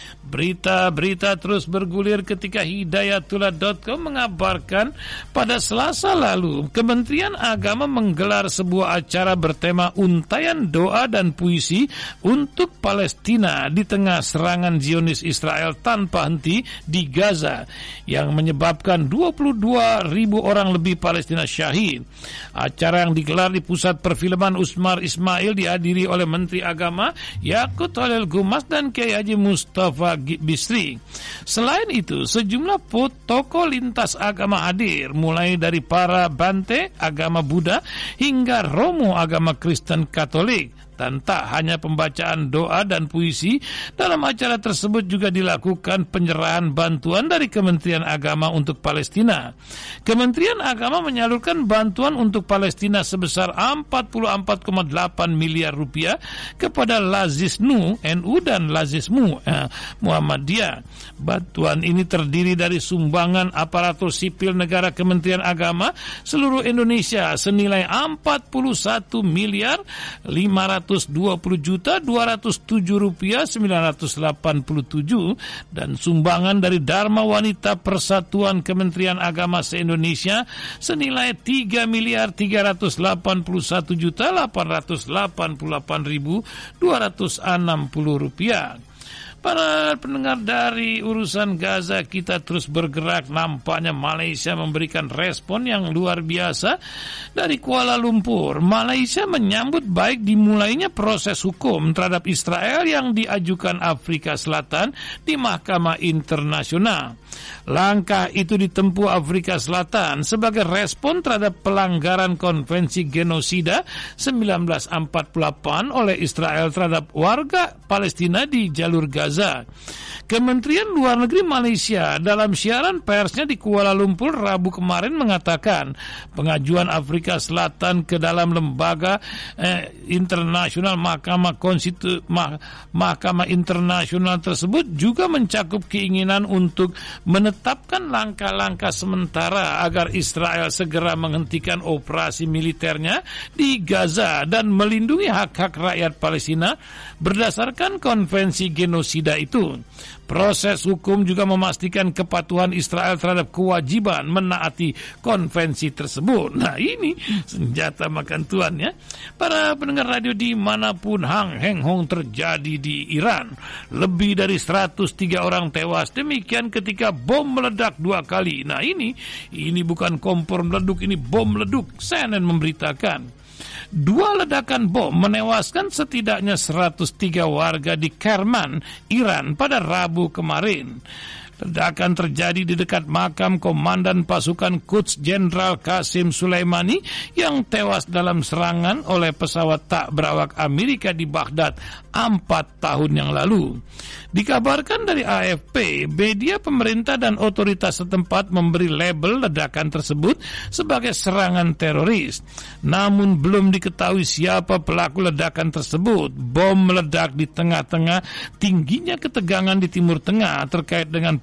Speaker 1: Berita-berita terus bergulir ketika Hidayatullah dot com mengabarkan pada Selasa lalu Kementerian Agama menggelar sebuah acara bertema untayan doa dan puisi untuk Palestina di tengah serangan Zionis Israel tanpa henti di Gaza yang menyebabkan dua puluh dua ribu orang lebih Palestina syahid. Acara yang digelar di Pusat Perfilman Usmar Ismail dihadiri oleh Menteri Agama Yakut Holil Gumas dan Kiai Haji Mustafa Bisri. Selain itu, sejumlah tokoh lintas agama hadir, mulai dari para Bante agama Buddha hingga Romo agama Kristen Katolik. Dan tak hanya pembacaan doa dan puisi, dalam acara tersebut juga dilakukan penyerahan bantuan dari Kementerian Agama untuk Palestina. Kementerian Agama menyalurkan bantuan untuk Palestina sebesar empat puluh empat koma delapan miliar rupiah kepada Lazisnu N U dan Lazismu eh, Muhammadiyah. Bantuan ini terdiri dari sumbangan aparatur sipil negara Kementerian Agama seluruh Indonesia senilai empat puluh satu miliar lima ratus dua puluh juta dua ratus tujuh rupiah sembilan ratus delapan puluh tujuh dan sumbangan dari Dharma Wanita Persatuan Kementerian Agama se-Indonesia senilai tiga miliar tiga ratus delapan puluh satu juta delapan ratus delapan puluh delapan ribu dua ratus enam puluh rupiah. Para pendengar, dari urusan Gaza kita terus bergerak. Nampaknya Malaysia memberikan respon yang luar biasa. Dari Kuala Lumpur, Malaysia menyambut baik dimulainya proses hukum terhadap Israel yang diajukan Afrika Selatan di Mahkamah Internasional. Langkah itu ditempuh Afrika Selatan sebagai respon terhadap pelanggaran konvensi genosida seribu sembilan ratus empat puluh delapan oleh Israel terhadap warga Palestina di jalur Gaza. Kementerian Luar Negeri Malaysia dalam siaran persnya di Kuala Lumpur Rabu kemarin mengatakan pengajuan Afrika Selatan ke dalam lembaga eh, internasional Mahkamah Konstitu Mah, Mahkamah Internasional tersebut juga mencakup keinginan untuk menetapkan langkah-langkah sementara agar Israel segera menghentikan operasi militernya di Gaza dan melindungi hak-hak rakyat Palestina berdasarkan konvensi genosida itu. Proses hukum juga memastikan kepatuhan Israel terhadap kewajiban menaati konvensi tersebut. Nah, ini senjata makan tuan ya. Para pendengar radio dimanapun Hang Heng Hong terjadi di Iran. Lebih dari seratus tiga orang tewas. Demikian ketika bom meledak dua kali. Nah, ini ini bukan kompor meleduk, ini bom meleduk. C N N memberitakan. Dua ledakan bom menewaskan setidaknya seratus tiga warga di Kerman, Iran pada Rabu kemarin. Ledakan terjadi di dekat makam Komandan Pasukan Quds Jenderal Qasim Sulaimani yang tewas dalam serangan oleh pesawat tak berawak Amerika di Baghdad empat tahun yang lalu. Dikabarkan dari A F P, media pemerintah dan otoritas setempat memberi label ledakan tersebut sebagai serangan teroris. Namun belum diketahui siapa pelaku ledakan tersebut. Bom meledak di tengah-tengah tingginya ketegangan di Timur Tengah terkait dengan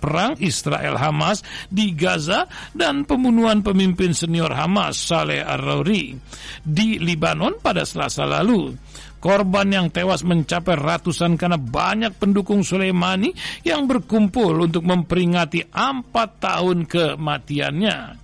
Speaker 1: perang Israel-Hamas di Gaza dan pembunuhan pemimpin senior Hamas Saleh Ar-Rauri di Libanon pada Selasa lalu. Korban yang tewas mencapai ratusan karena banyak pendukung Soleimani yang berkumpul untuk memperingati empat tahun kematiannya.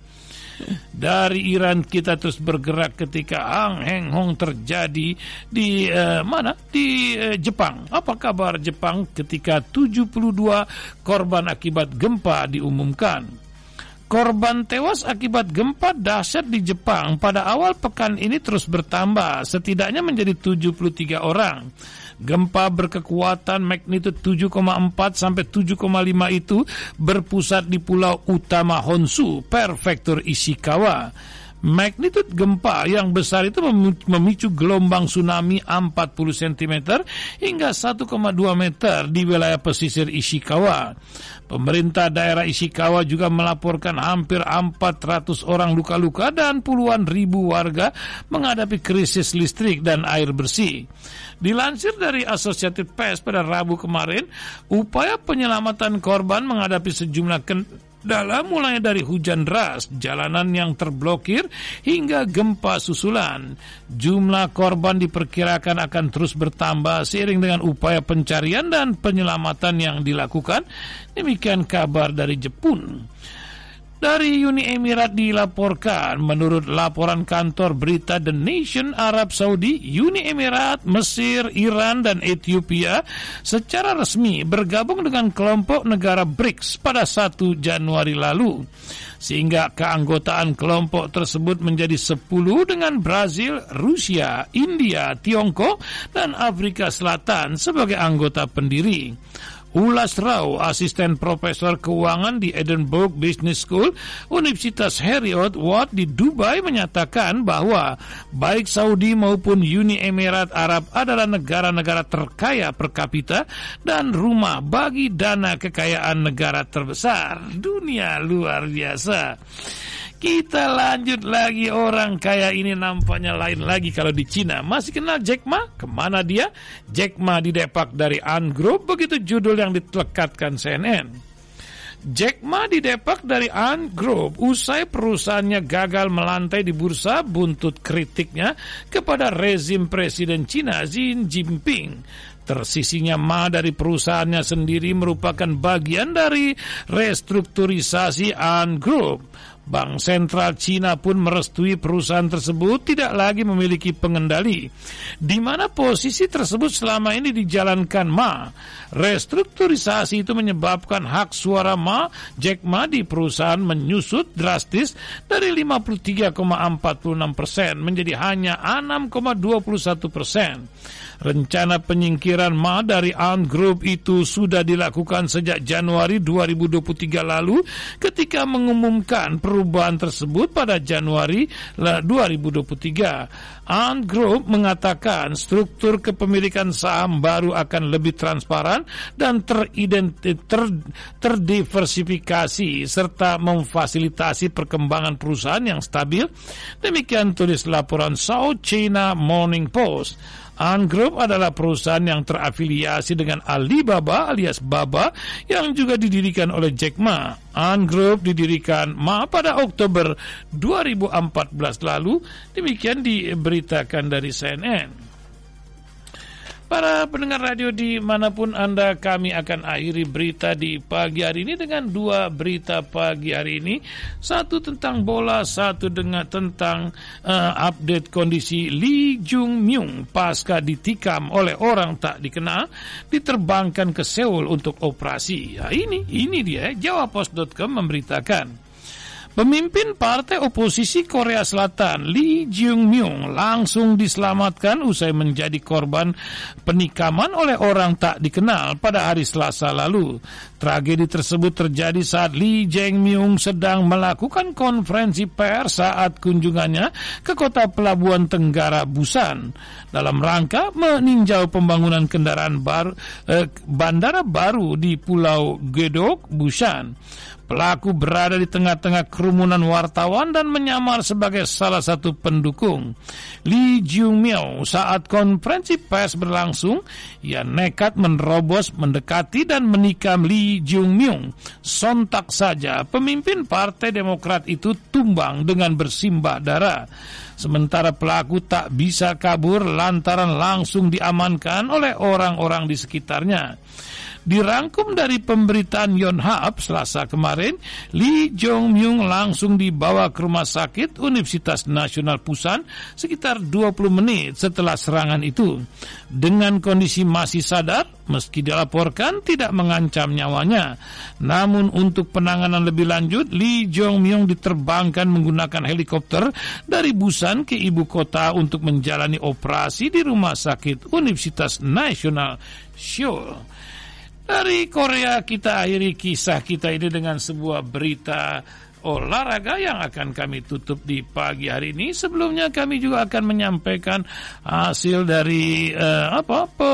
Speaker 1: Dari Iran kita terus bergerak ketika Hang Heng Hong terjadi di uh, mana? Di uh, Jepang. Apa kabar Jepang ketika tujuh puluh dua korban akibat gempa diumumkan? Korban tewas akibat gempa dahsyat di Jepang pada awal pekan ini terus bertambah, setidaknya menjadi tujuh puluh tiga orang. Gempa berkekuatan magnitudo tujuh koma empat sampai tujuh koma lima itu berpusat di Pulau Utama Honshu, Prefektur Ishikawa. Magnitudo gempa yang besar itu memicu gelombang tsunami empat puluh sentimeter hingga satu koma dua meter di wilayah pesisir Ishikawa. Pemerintah daerah Ishikawa juga melaporkan hampir empat ratus orang luka-luka dan puluhan ribu warga menghadapi krisis listrik dan air bersih. Dilansir dari Associated Press pada Rabu kemarin, upaya penyelamatan korban menghadapi sejumlah kendala mulai dari hujan deras, jalanan yang terblokir, hingga gempa susulan. Jumlah korban diperkirakan akan terus bertambah seiring dengan upaya pencarian dan penyelamatan yang dilakukan. Demikian kabar dari Jepun. Dari Uni Emirat dilaporkan, menurut laporan kantor berita The Nation, Arab Saudi, Uni Emirat, Mesir, Iran, dan Ethiopia secara resmi bergabung dengan kelompok negara B R I C S pada satu Januari lalu. Sehingga keanggotaan kelompok tersebut menjadi sepuluh dengan Brazil, Rusia, India, Tiongkok, dan Afrika Selatan sebagai anggota pendiri. Ulas Rau, asisten profesor keuangan di Edinburgh Business School, Universitas Heriot Watt di Dubai menyatakan bahwa baik Saudi maupun Uni Emirat Arab adalah negara-negara terkaya per kapita dan rumah bagi dana kekayaan negara terbesar dunia. Luar biasa. Kita lanjut lagi, orang kaya ini nampaknya lain lagi kalau di Cina. Masih kenal Jack Ma? Kemana dia? Jack Ma didepak dari Ant Group, begitu judul yang dilekatkan C N N. Jack Ma didepak dari Ant Group usai perusahaannya gagal melantai di bursa buntut kritiknya kepada rezim Presiden Cina Xi Jinping. Tersisinya Ma dari perusahaannya sendiri merupakan bagian dari restrukturisasi Ant Group. Bank Sentral Cina pun merestui perusahaan tersebut tidak lagi memiliki pengendali, di mana posisi tersebut selama ini dijalankan Ma. Restrukturisasi itu menyebabkan hak suara Ma, Jack Ma di perusahaan menyusut drastis dari lima puluh tiga koma empat puluh enam persen menjadi hanya enam koma dua puluh satu persen. Rencana penyingkiran Ma dari Ant Group itu sudah dilakukan sejak Januari dua ribu dua puluh tiga lalu ketika mengumumkan perubahan tersebut pada Januari dua ribu dua puluh tiga. Ant Group mengatakan struktur kepemilikan saham baru akan lebih transparan dan teridenti- ter, terdiversifikasi serta memfasilitasi perkembangan perusahaan yang stabil. Demikian tulis laporan South China Morning Post. Ant Group adalah perusahaan yang terafiliasi dengan Alibaba alias Baba yang juga didirikan oleh Jack Ma. Ant Group didirikan Ma pada Oktober dua ribu empat belas lalu. Demikian diberitakan dari C N N. Para pendengar radio dimanapun Anda, kami akan akhiri berita di pagi hari ini dengan dua berita pagi hari ini. Satu tentang bola, satu dengan tentang uh, update kondisi Lee Jung Myung pasca ditikam oleh orang tak dikenal, diterbangkan ke Seoul untuk operasi. Ya, ini, ini dia, jawa post dot com memberitakan. Pemimpin partai oposisi Korea Selatan Lee Jung-myung langsung diselamatkan usai menjadi korban penikaman oleh orang tak dikenal pada hari Selasa lalu. Tragedi tersebut terjadi saat Lee Jae-myung sedang melakukan konferensi pers saat kunjungannya ke kota pelabuhan Tenggara Busan dalam rangka meninjau pembangunan kendaraan baru, eh, bandara baru di Pulau Gedok, Busan. Pelaku berada di tengah-tengah kerumunan wartawan dan menyamar sebagai salah satu pendukung. Lee Jung-myung saat konferensi pers berlangsung, ia nekat menerobos, mendekati dan menikam Lee Jung-myung. Sontak saja pemimpin Partai Demokrat itu tumbang dengan bersimbah darah. Sementara pelaku tak bisa kabur lantaran langsung diamankan oleh orang-orang di sekitarnya. Dirangkum dari pemberitaan Yonhap Selasa kemarin, Lee Jung-myung langsung dibawa ke Rumah Sakit Universitas Nasional Pusan sekitar dua puluh menit setelah serangan itu. Dengan kondisi masih sadar, meski dilaporkan tidak mengancam nyawanya. Namun untuk penanganan lebih lanjut, Lee Jung-myung diterbangkan menggunakan helikopter dari Busan ke ibu kota untuk menjalani operasi di Rumah Sakit Universitas Nasional Seoul. Dari Korea kita akhiri kisah kita ini dengan sebuah berita olahraga yang akan kami tutup di pagi hari ini. Sebelumnya kami juga akan menyampaikan hasil dari uh, apa pe,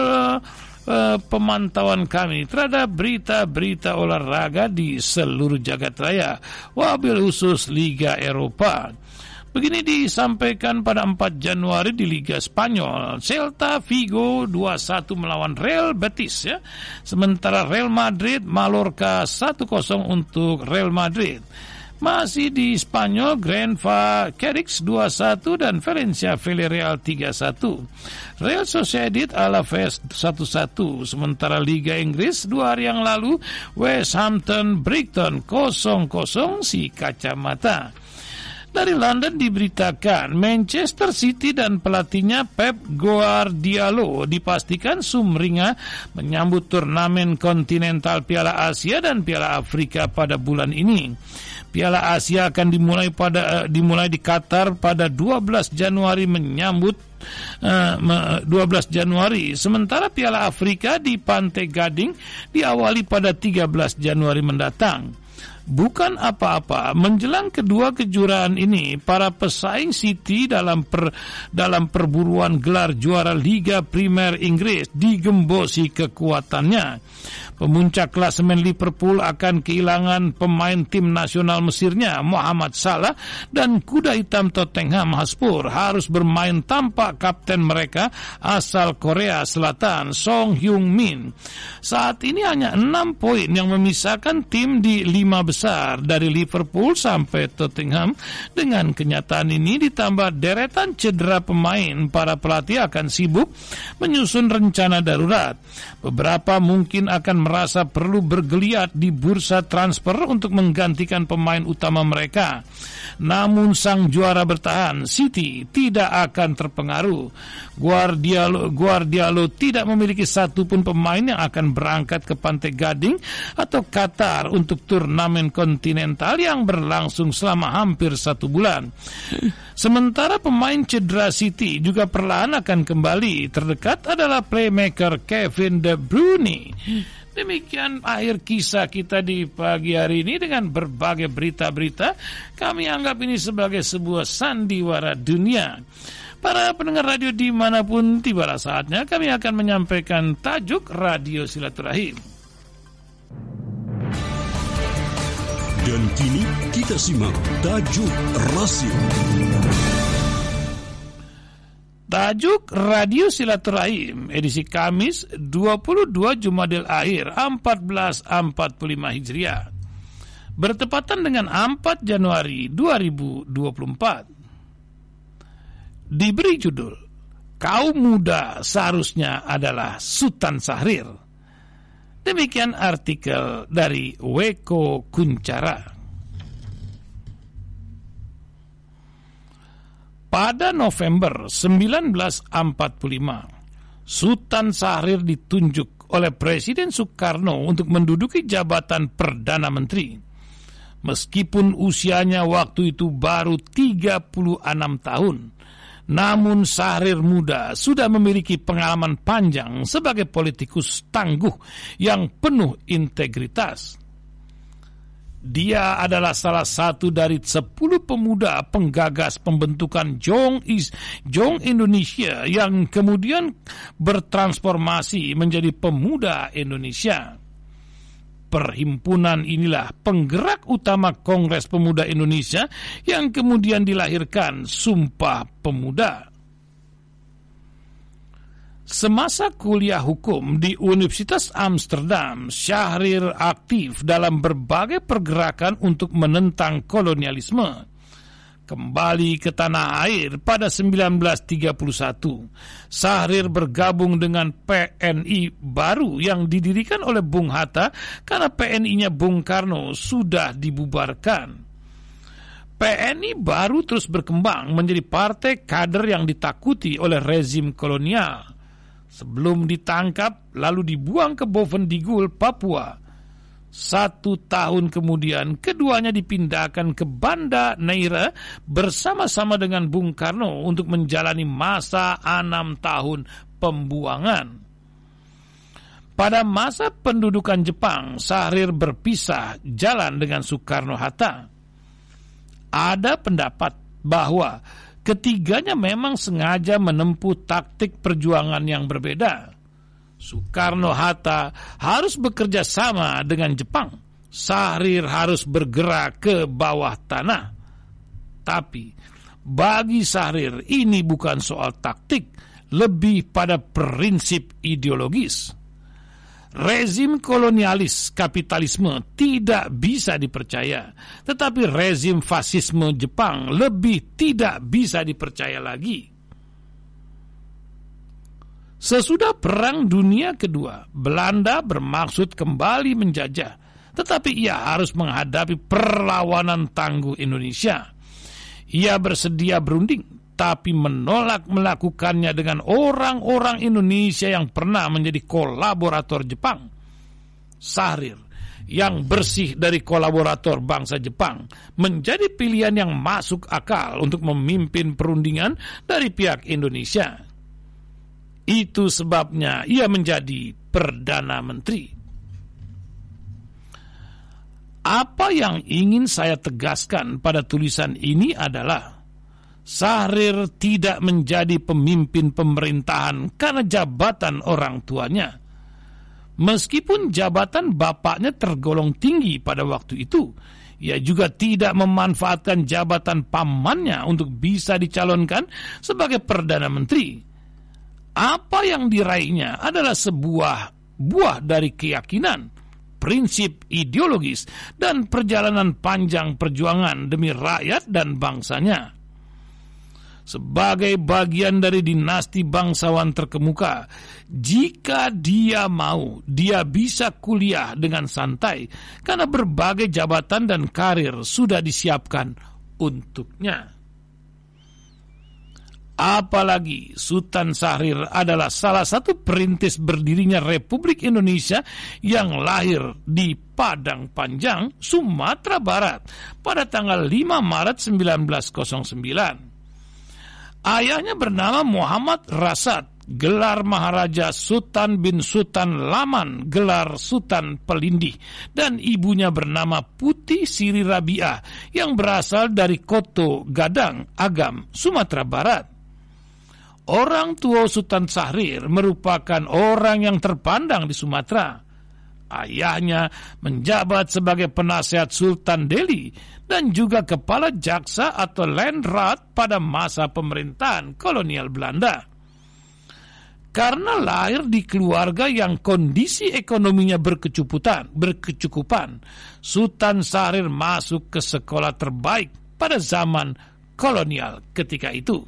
Speaker 1: uh, pemantauan kami terhadap berita-berita olahraga di seluruh jagat raya, wabil khusus Liga Eropa. Begini disampaikan pada empat Januari di Liga Spanyol. Celta Vigo dua satu melawan Real Betis ya. Sementara Real Madrid Mallorca satu kosong untuk Real Madrid. Masih di Spanyol, Granada Cadix dua satu dan Valencia Villarreal tiga satu. Real Sociedad Alaves satu satu. Sementara Liga Inggris dua hari yang lalu West Hampton Brighton kosong kosong si kacamata. Dari London diberitakan Manchester City dan pelatihnya Pep Guardiola dipastikan sumringah menyambut turnamen kontinental Piala Asia dan Piala Afrika pada bulan ini. Piala Asia akan dimulai pada uh, dimulai di Qatar pada dua belas Januari menyambut uh, dua belas Januari. Sementara Piala Afrika di Pantai Gading diawali pada tiga belas Januari mendatang. Bukan apa-apa, menjelang kedua kejuaraan ini, para pesaing City dalam per, dalam perburuan gelar juara Liga Primer Inggris digembosi kekuatannya. Pemuncak klasemen Liverpool akan kehilangan pemain tim nasional Mesirnya Mohamed Salah dan kuda hitam Tottenham Hotspur harus bermain tanpa kapten mereka asal Korea Selatan Song Heung-min. Saat ini hanya enam poin yang memisahkan tim di lima besar dari Liverpool sampai Tottenham. Dengan kenyataan ini ditambah deretan cedera pemain, para pelatih akan sibuk menyusun rencana darurat. Beberapa mungkin akan merasa perlu bergeliat di bursa transfer untuk menggantikan pemain utama mereka. Namun sang juara bertahan, City, tidak akan terpengaruh. Guardiola, Guardiola tidak memiliki satupun pemain yang akan berangkat ke Pantai Gading atau Qatar untuk turnamen kontinental yang berlangsung selama hampir satu bulan. Sementara pemain cedera City juga perlahan akan kembali. Terdekat adalah playmaker Kevin De Bruyne. Demikian akhir kisah kita di pagi hari ini dengan berbagai berita-berita. Kami anggap ini sebagai sebuah sandiwara dunia. Para pendengar radio dimanapun, tibalah saatnya kami akan menyampaikan tajuk Radio Silaturahim.
Speaker 4: Dan kini kita simak tajuk Rasio.
Speaker 1: Tajuk Radio Silaturahim edisi Kamis dua puluh dua Jumadil Akhir seribu empat ratus empat puluh lima Hijriah bertepatan dengan empat Januari dua ribu dua puluh empat. Diberi judul Kaum Muda Seharusnya Adalah Sultan Syahrir. Demikian artikel dari Weko Kuncara. Pada November seribu sembilan ratus empat puluh lima, Sultan Syahrir ditunjuk oleh Presiden Soekarno untuk menduduki jabatan Perdana Menteri. Meskipun usianya waktu itu baru tiga puluh enam tahun, namun Syahrir muda sudah memiliki pengalaman panjang sebagai politikus tangguh yang penuh integritas. Dia adalah salah satu dari sepuluh pemuda penggagas pembentukan Jong, Is, Jong Indonesia yang kemudian bertransformasi menjadi Pemuda Indonesia. perhimpunan inilah penggerak utama Kongres Pemuda Indonesia yang kemudian dilahirkan Sumpah Pemuda. Semasa kuliah hukum di Universitas Amsterdam, Syahrir aktif dalam berbagai pergerakan untuk menentang kolonialisme. Kembali ke tanah air pada sembilan belas tiga puluh satu, Syahrir bergabung dengan P N I baru yang didirikan oleh Bung Hatta karena P N I-nya Bung Karno sudah dibubarkan. P N I baru terus berkembang menjadi partai kader yang ditakuti oleh rezim kolonial. Sebelum ditangkap lalu dibuang ke Bovendigul, Papua. Satu tahun kemudian keduanya dipindahkan ke Banda Neira bersama-sama dengan Bung Karno untuk menjalani masa enam tahun pembuangan. Pada masa pendudukan Jepang, Syahrir berpisah jalan dengan Soekarno-Hatta. Ada pendapat bahwa ketiganya memang sengaja menempuh taktik perjuangan yang berbeda. Soekarno-Hatta harus bekerja sama dengan Jepang. Syahrir harus bergerak ke bawah tanah. Tapi bagi Syahrir ini bukan soal taktik, lebih pada prinsip ideologis. Rezim kolonialis kapitalisme tidak bisa dipercaya, tetapi rezim fasisme Jepang lebih tidak bisa dipercaya lagi. Sesudah Perang Dunia Kedua, Belanda bermaksud kembali menjajah, tetapi ia harus menghadapi perlawanan tangguh Indonesia. Ia bersedia berunding, tapi menolak melakukannya dengan orang-orang Indonesia yang pernah menjadi kolaborator Jepang. Syahrir, yang bersih dari kolaborator bangsa Jepang, menjadi pilihan yang masuk akal untuk memimpin perundingan dari pihak Indonesia. Itu sebabnya ia menjadi Perdana Menteri. Apa yang ingin saya tegaskan pada tulisan ini adalah Syahrir tidak menjadi pemimpin pemerintahan karena jabatan orang tuanya. Meskipun jabatan bapaknya tergolong tinggi pada waktu itu, ia juga tidak memanfaatkan jabatan pamannya untuk bisa dicalonkan sebagai Perdana Menteri. Apa yang diraihnya adalah sebuah buah dari keyakinan, prinsip ideologis, dan perjalanan panjang perjuangan demi rakyat dan bangsanya. Sebagai bagian dari dinasti bangsawan terkemuka, jika dia mau, dia bisa kuliah dengan santai karena berbagai jabatan dan karir sudah disiapkan untuknya. Apalagi Sultan Syahrir adalah salah satu perintis berdirinya Republik Indonesia yang lahir di Padang Panjang, Sumatera Barat pada tanggal lima Maret seribu sembilan ratus sembilan. Ayahnya bernama Muhammad Rasad, gelar Maharaja Sultan bin Sultan Laman, gelar Sultan Pelindih, dan ibunya bernama Putih Siri Rabiah yang berasal dari Koto Gadang, Agam, Sumatera Barat. Orang tua Sultan Syahrir merupakan orang yang terpandang di Sumatera. Ayahnya menjabat sebagai penasihat Sultan Delhi dan juga kepala jaksa atau Landrat pada masa pemerintahan kolonial Belanda. Karena lahir di keluarga yang kondisi ekonominya berkecukupan, berkecukupan, Sultan Syahrir masuk ke sekolah terbaik pada zaman kolonial ketika itu.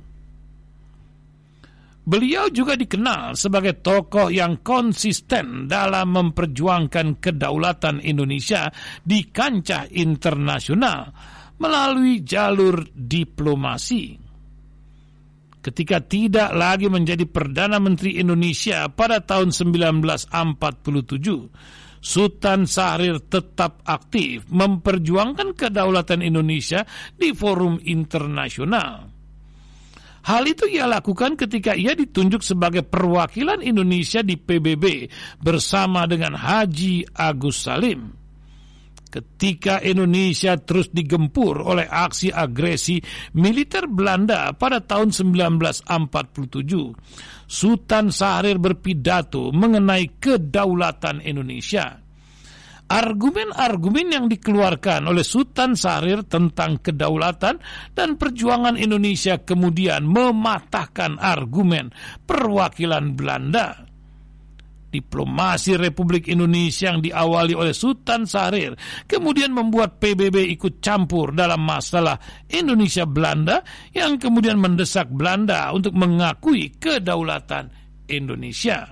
Speaker 1: Beliau juga dikenal sebagai tokoh yang konsisten dalam memperjuangkan kedaulatan Indonesia di kancah internasional melalui jalur diplomasi. Ketika tidak lagi menjadi Perdana Menteri Indonesia pada tahun seribu sembilan ratus empat puluh tujuh, Sultan Syahrir tetap aktif memperjuangkan kedaulatan Indonesia di forum internasional. Hal itu ia lakukan ketika ia ditunjuk sebagai perwakilan Indonesia di P B B bersama dengan Haji Agus Salim. Ketika Indonesia terus digempur oleh aksi agresi militer Belanda pada tahun seribu sembilan ratus empat puluh tujuh, Sultan Syahrir berpidato mengenai kedaulatan Indonesia. Argumen-argumen yang dikeluarkan oleh Sultan Syahrir tentang kedaulatan dan perjuangan Indonesia kemudian mematahkan argumen perwakilan Belanda. Diplomasi Republik Indonesia yang diawali oleh Sultan Syahrir kemudian membuat P B B ikut campur dalam masalah Indonesia Belanda yang kemudian mendesak Belanda untuk mengakui kedaulatan Indonesia.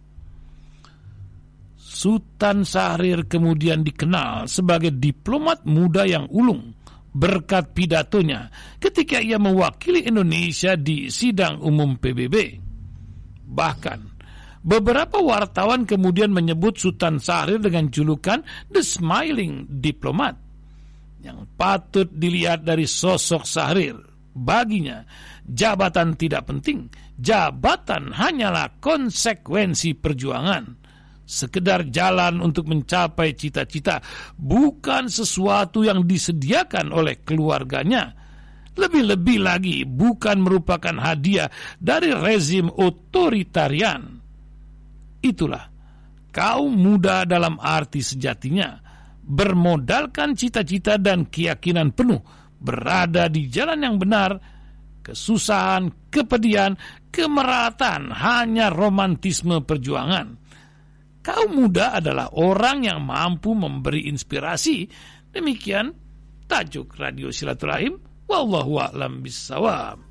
Speaker 1: Sultan Syahrir kemudian dikenal sebagai diplomat muda yang ulung berkat pidatonya ketika ia mewakili Indonesia di sidang umum P B B. Bahkan beberapa wartawan kemudian menyebut Sultan Syahrir dengan julukan The Smiling Diplomat. Yang patut dilihat dari sosok Syahrir, baginya jabatan tidak penting, jabatan hanyalah konsekuensi perjuangan. Sekedar jalan untuk mencapai cita-cita, bukan sesuatu yang disediakan oleh keluarganya. Lebih-lebih lagi bukan merupakan hadiah dari rezim otoritarian. Itulah kaum muda dalam arti sejatinya, bermodalkan cita-cita dan keyakinan penuh, berada di jalan yang benar. Kesusahan, kepedihan, kemerataan hanya romantisme perjuangan. Kaum muda adalah orang yang mampu memberi inspirasi. Demikian tajuk Radio Silaturahim. Wallahu a'lam bishawab.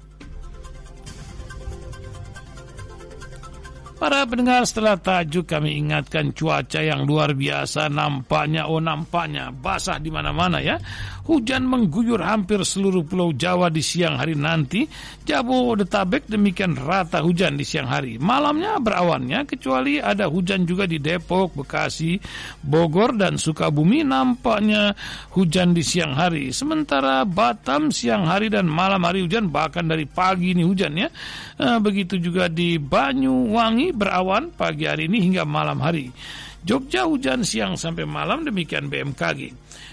Speaker 1: Para pendengar, setelah tajuk kami ingatkan cuaca yang luar biasa nampaknya, oh nampaknya basah di mana-mana ya. Hujan mengguyur hampir seluruh pulau Jawa di siang hari nanti. Jabodetabek demikian rata hujan di siang hari. Malamnya berawannya, kecuali ada hujan juga di Depok, Bekasi, Bogor dan Sukabumi nampaknya hujan di siang hari. Sementara Batam siang hari dan malam hari hujan, bahkan dari pagi ini hujan ya. Nah, begitu juga di Banyuwangi berawan pagi hari ini hingga malam hari. Jogja hujan siang sampai malam, demikian B M K G.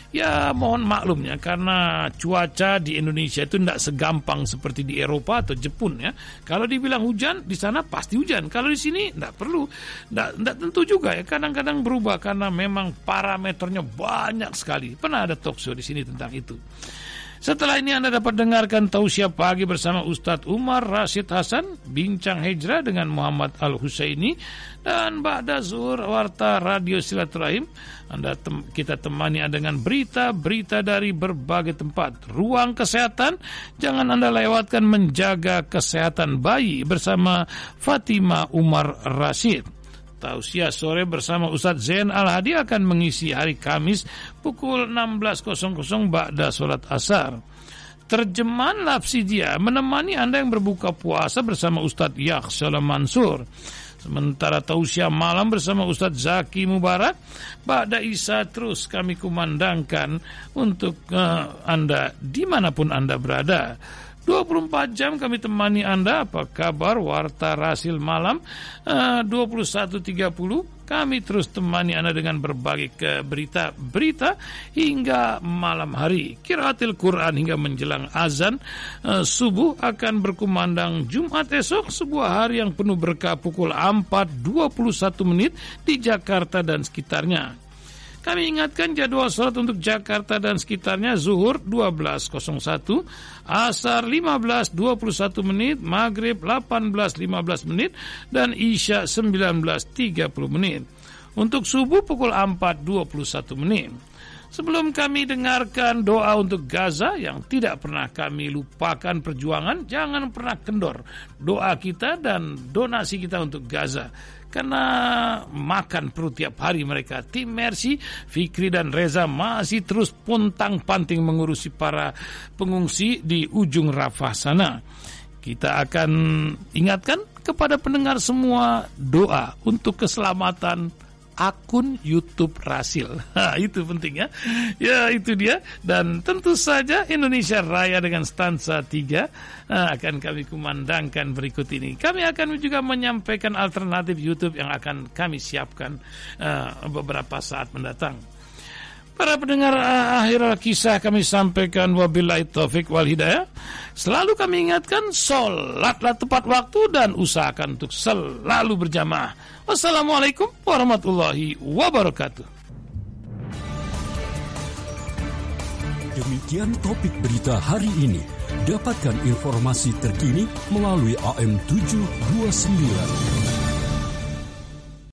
Speaker 1: Ya mohon maklumnya karena cuaca di Indonesia itu tidak segampang seperti di Eropa atau Jepun ya. Kalau dibilang hujan di sana pasti hujan. Kalau di sini tidak perlu, tidak tentu juga ya. Kadang-kadang berubah karena memang parameternya banyak sekali. Pernah ada talkshow di sini tentang itu. Setelah ini Anda dapat dengarkan Tausiah Pagi bersama Ustadz Umar Rashid Hasan, Bincang Hijrah dengan Muhammad Al-Husaini, dan Ba'da Zuhur Warta Radio Silaturahim. Anda tem- kita temani Anda dengan berita-berita dari berbagai tempat. Ruang kesehatan, jangan Anda lewatkan menjaga kesehatan bayi bersama Fatima Umar Rashid. Tausiah sore bersama Ustadz Zain Al-Hadi akan mengisi hari Kamis pukul enam belas ba'da sholat asar. Terjemahan Lafsidia menemani Anda yang berbuka puasa bersama Ustadz Yakhshala Mansur. Sementara Tausiah malam bersama Ustadz Zaki Mubarak, ba'da Isya terus kami kumandangkan untuk uh, Anda dimanapun Anda berada. dua puluh empat jam kami temani Anda. Apa kabar Warta Rasil Malam uh, dua puluh satu tiga puluh. Kami terus temani Anda dengan berbagai berita-berita hingga malam hari. Qiraatil Quran hingga menjelang azan uh, subuh akan berkumandang Jumat esok, sebuah hari yang penuh berkah pukul empat dua puluh satu menit di Jakarta dan sekitarnya. Kami ingatkan jadwal sholat untuk Jakarta dan sekitarnya: zuhur dua belas satu, asar lima belas dua puluh satu menit, maghrib delapan belas lima belas menit, dan isya sembilan belas tiga puluh menit. Untuk subuh pukul empat dua puluh satu menit. Sebelum kami dengarkan doa untuk Gaza yang tidak pernah kami lupakan perjuangan, jangan pernah kendor doa kita dan donasi kita untuk Gaza. Karena makan perut tiap hari mereka. Tim Mercy, Fikri dan Reza masih terus pontang-panting mengurusi para pengungsi di ujung Rafah sana. Kita akan ingatkan kepada pendengar semua doa untuk keselamatan akun YouTube Rasil. Nah, itu penting ya. Ya, itu dia. Dan tentu saja Indonesia Raya dengan stansa tiga nah, akan kami kumandangkan berikut ini. Kami akan juga menyampaikan alternatif YouTube yang akan kami siapkan uh, beberapa saat mendatang. Para pendengar, uh, akhir kisah kami sampaikan wabillahi taufik wal hidayah. Selalu kami ingatkan, sholatlah tepat waktu dan usahakan untuk selalu berjamaah. Wassalamualaikum warahmatullahi wabarakatuh.
Speaker 4: Demikian topik berita hari ini. Dapatkan informasi terkini melalui A M tujuh dua puluh sembilan.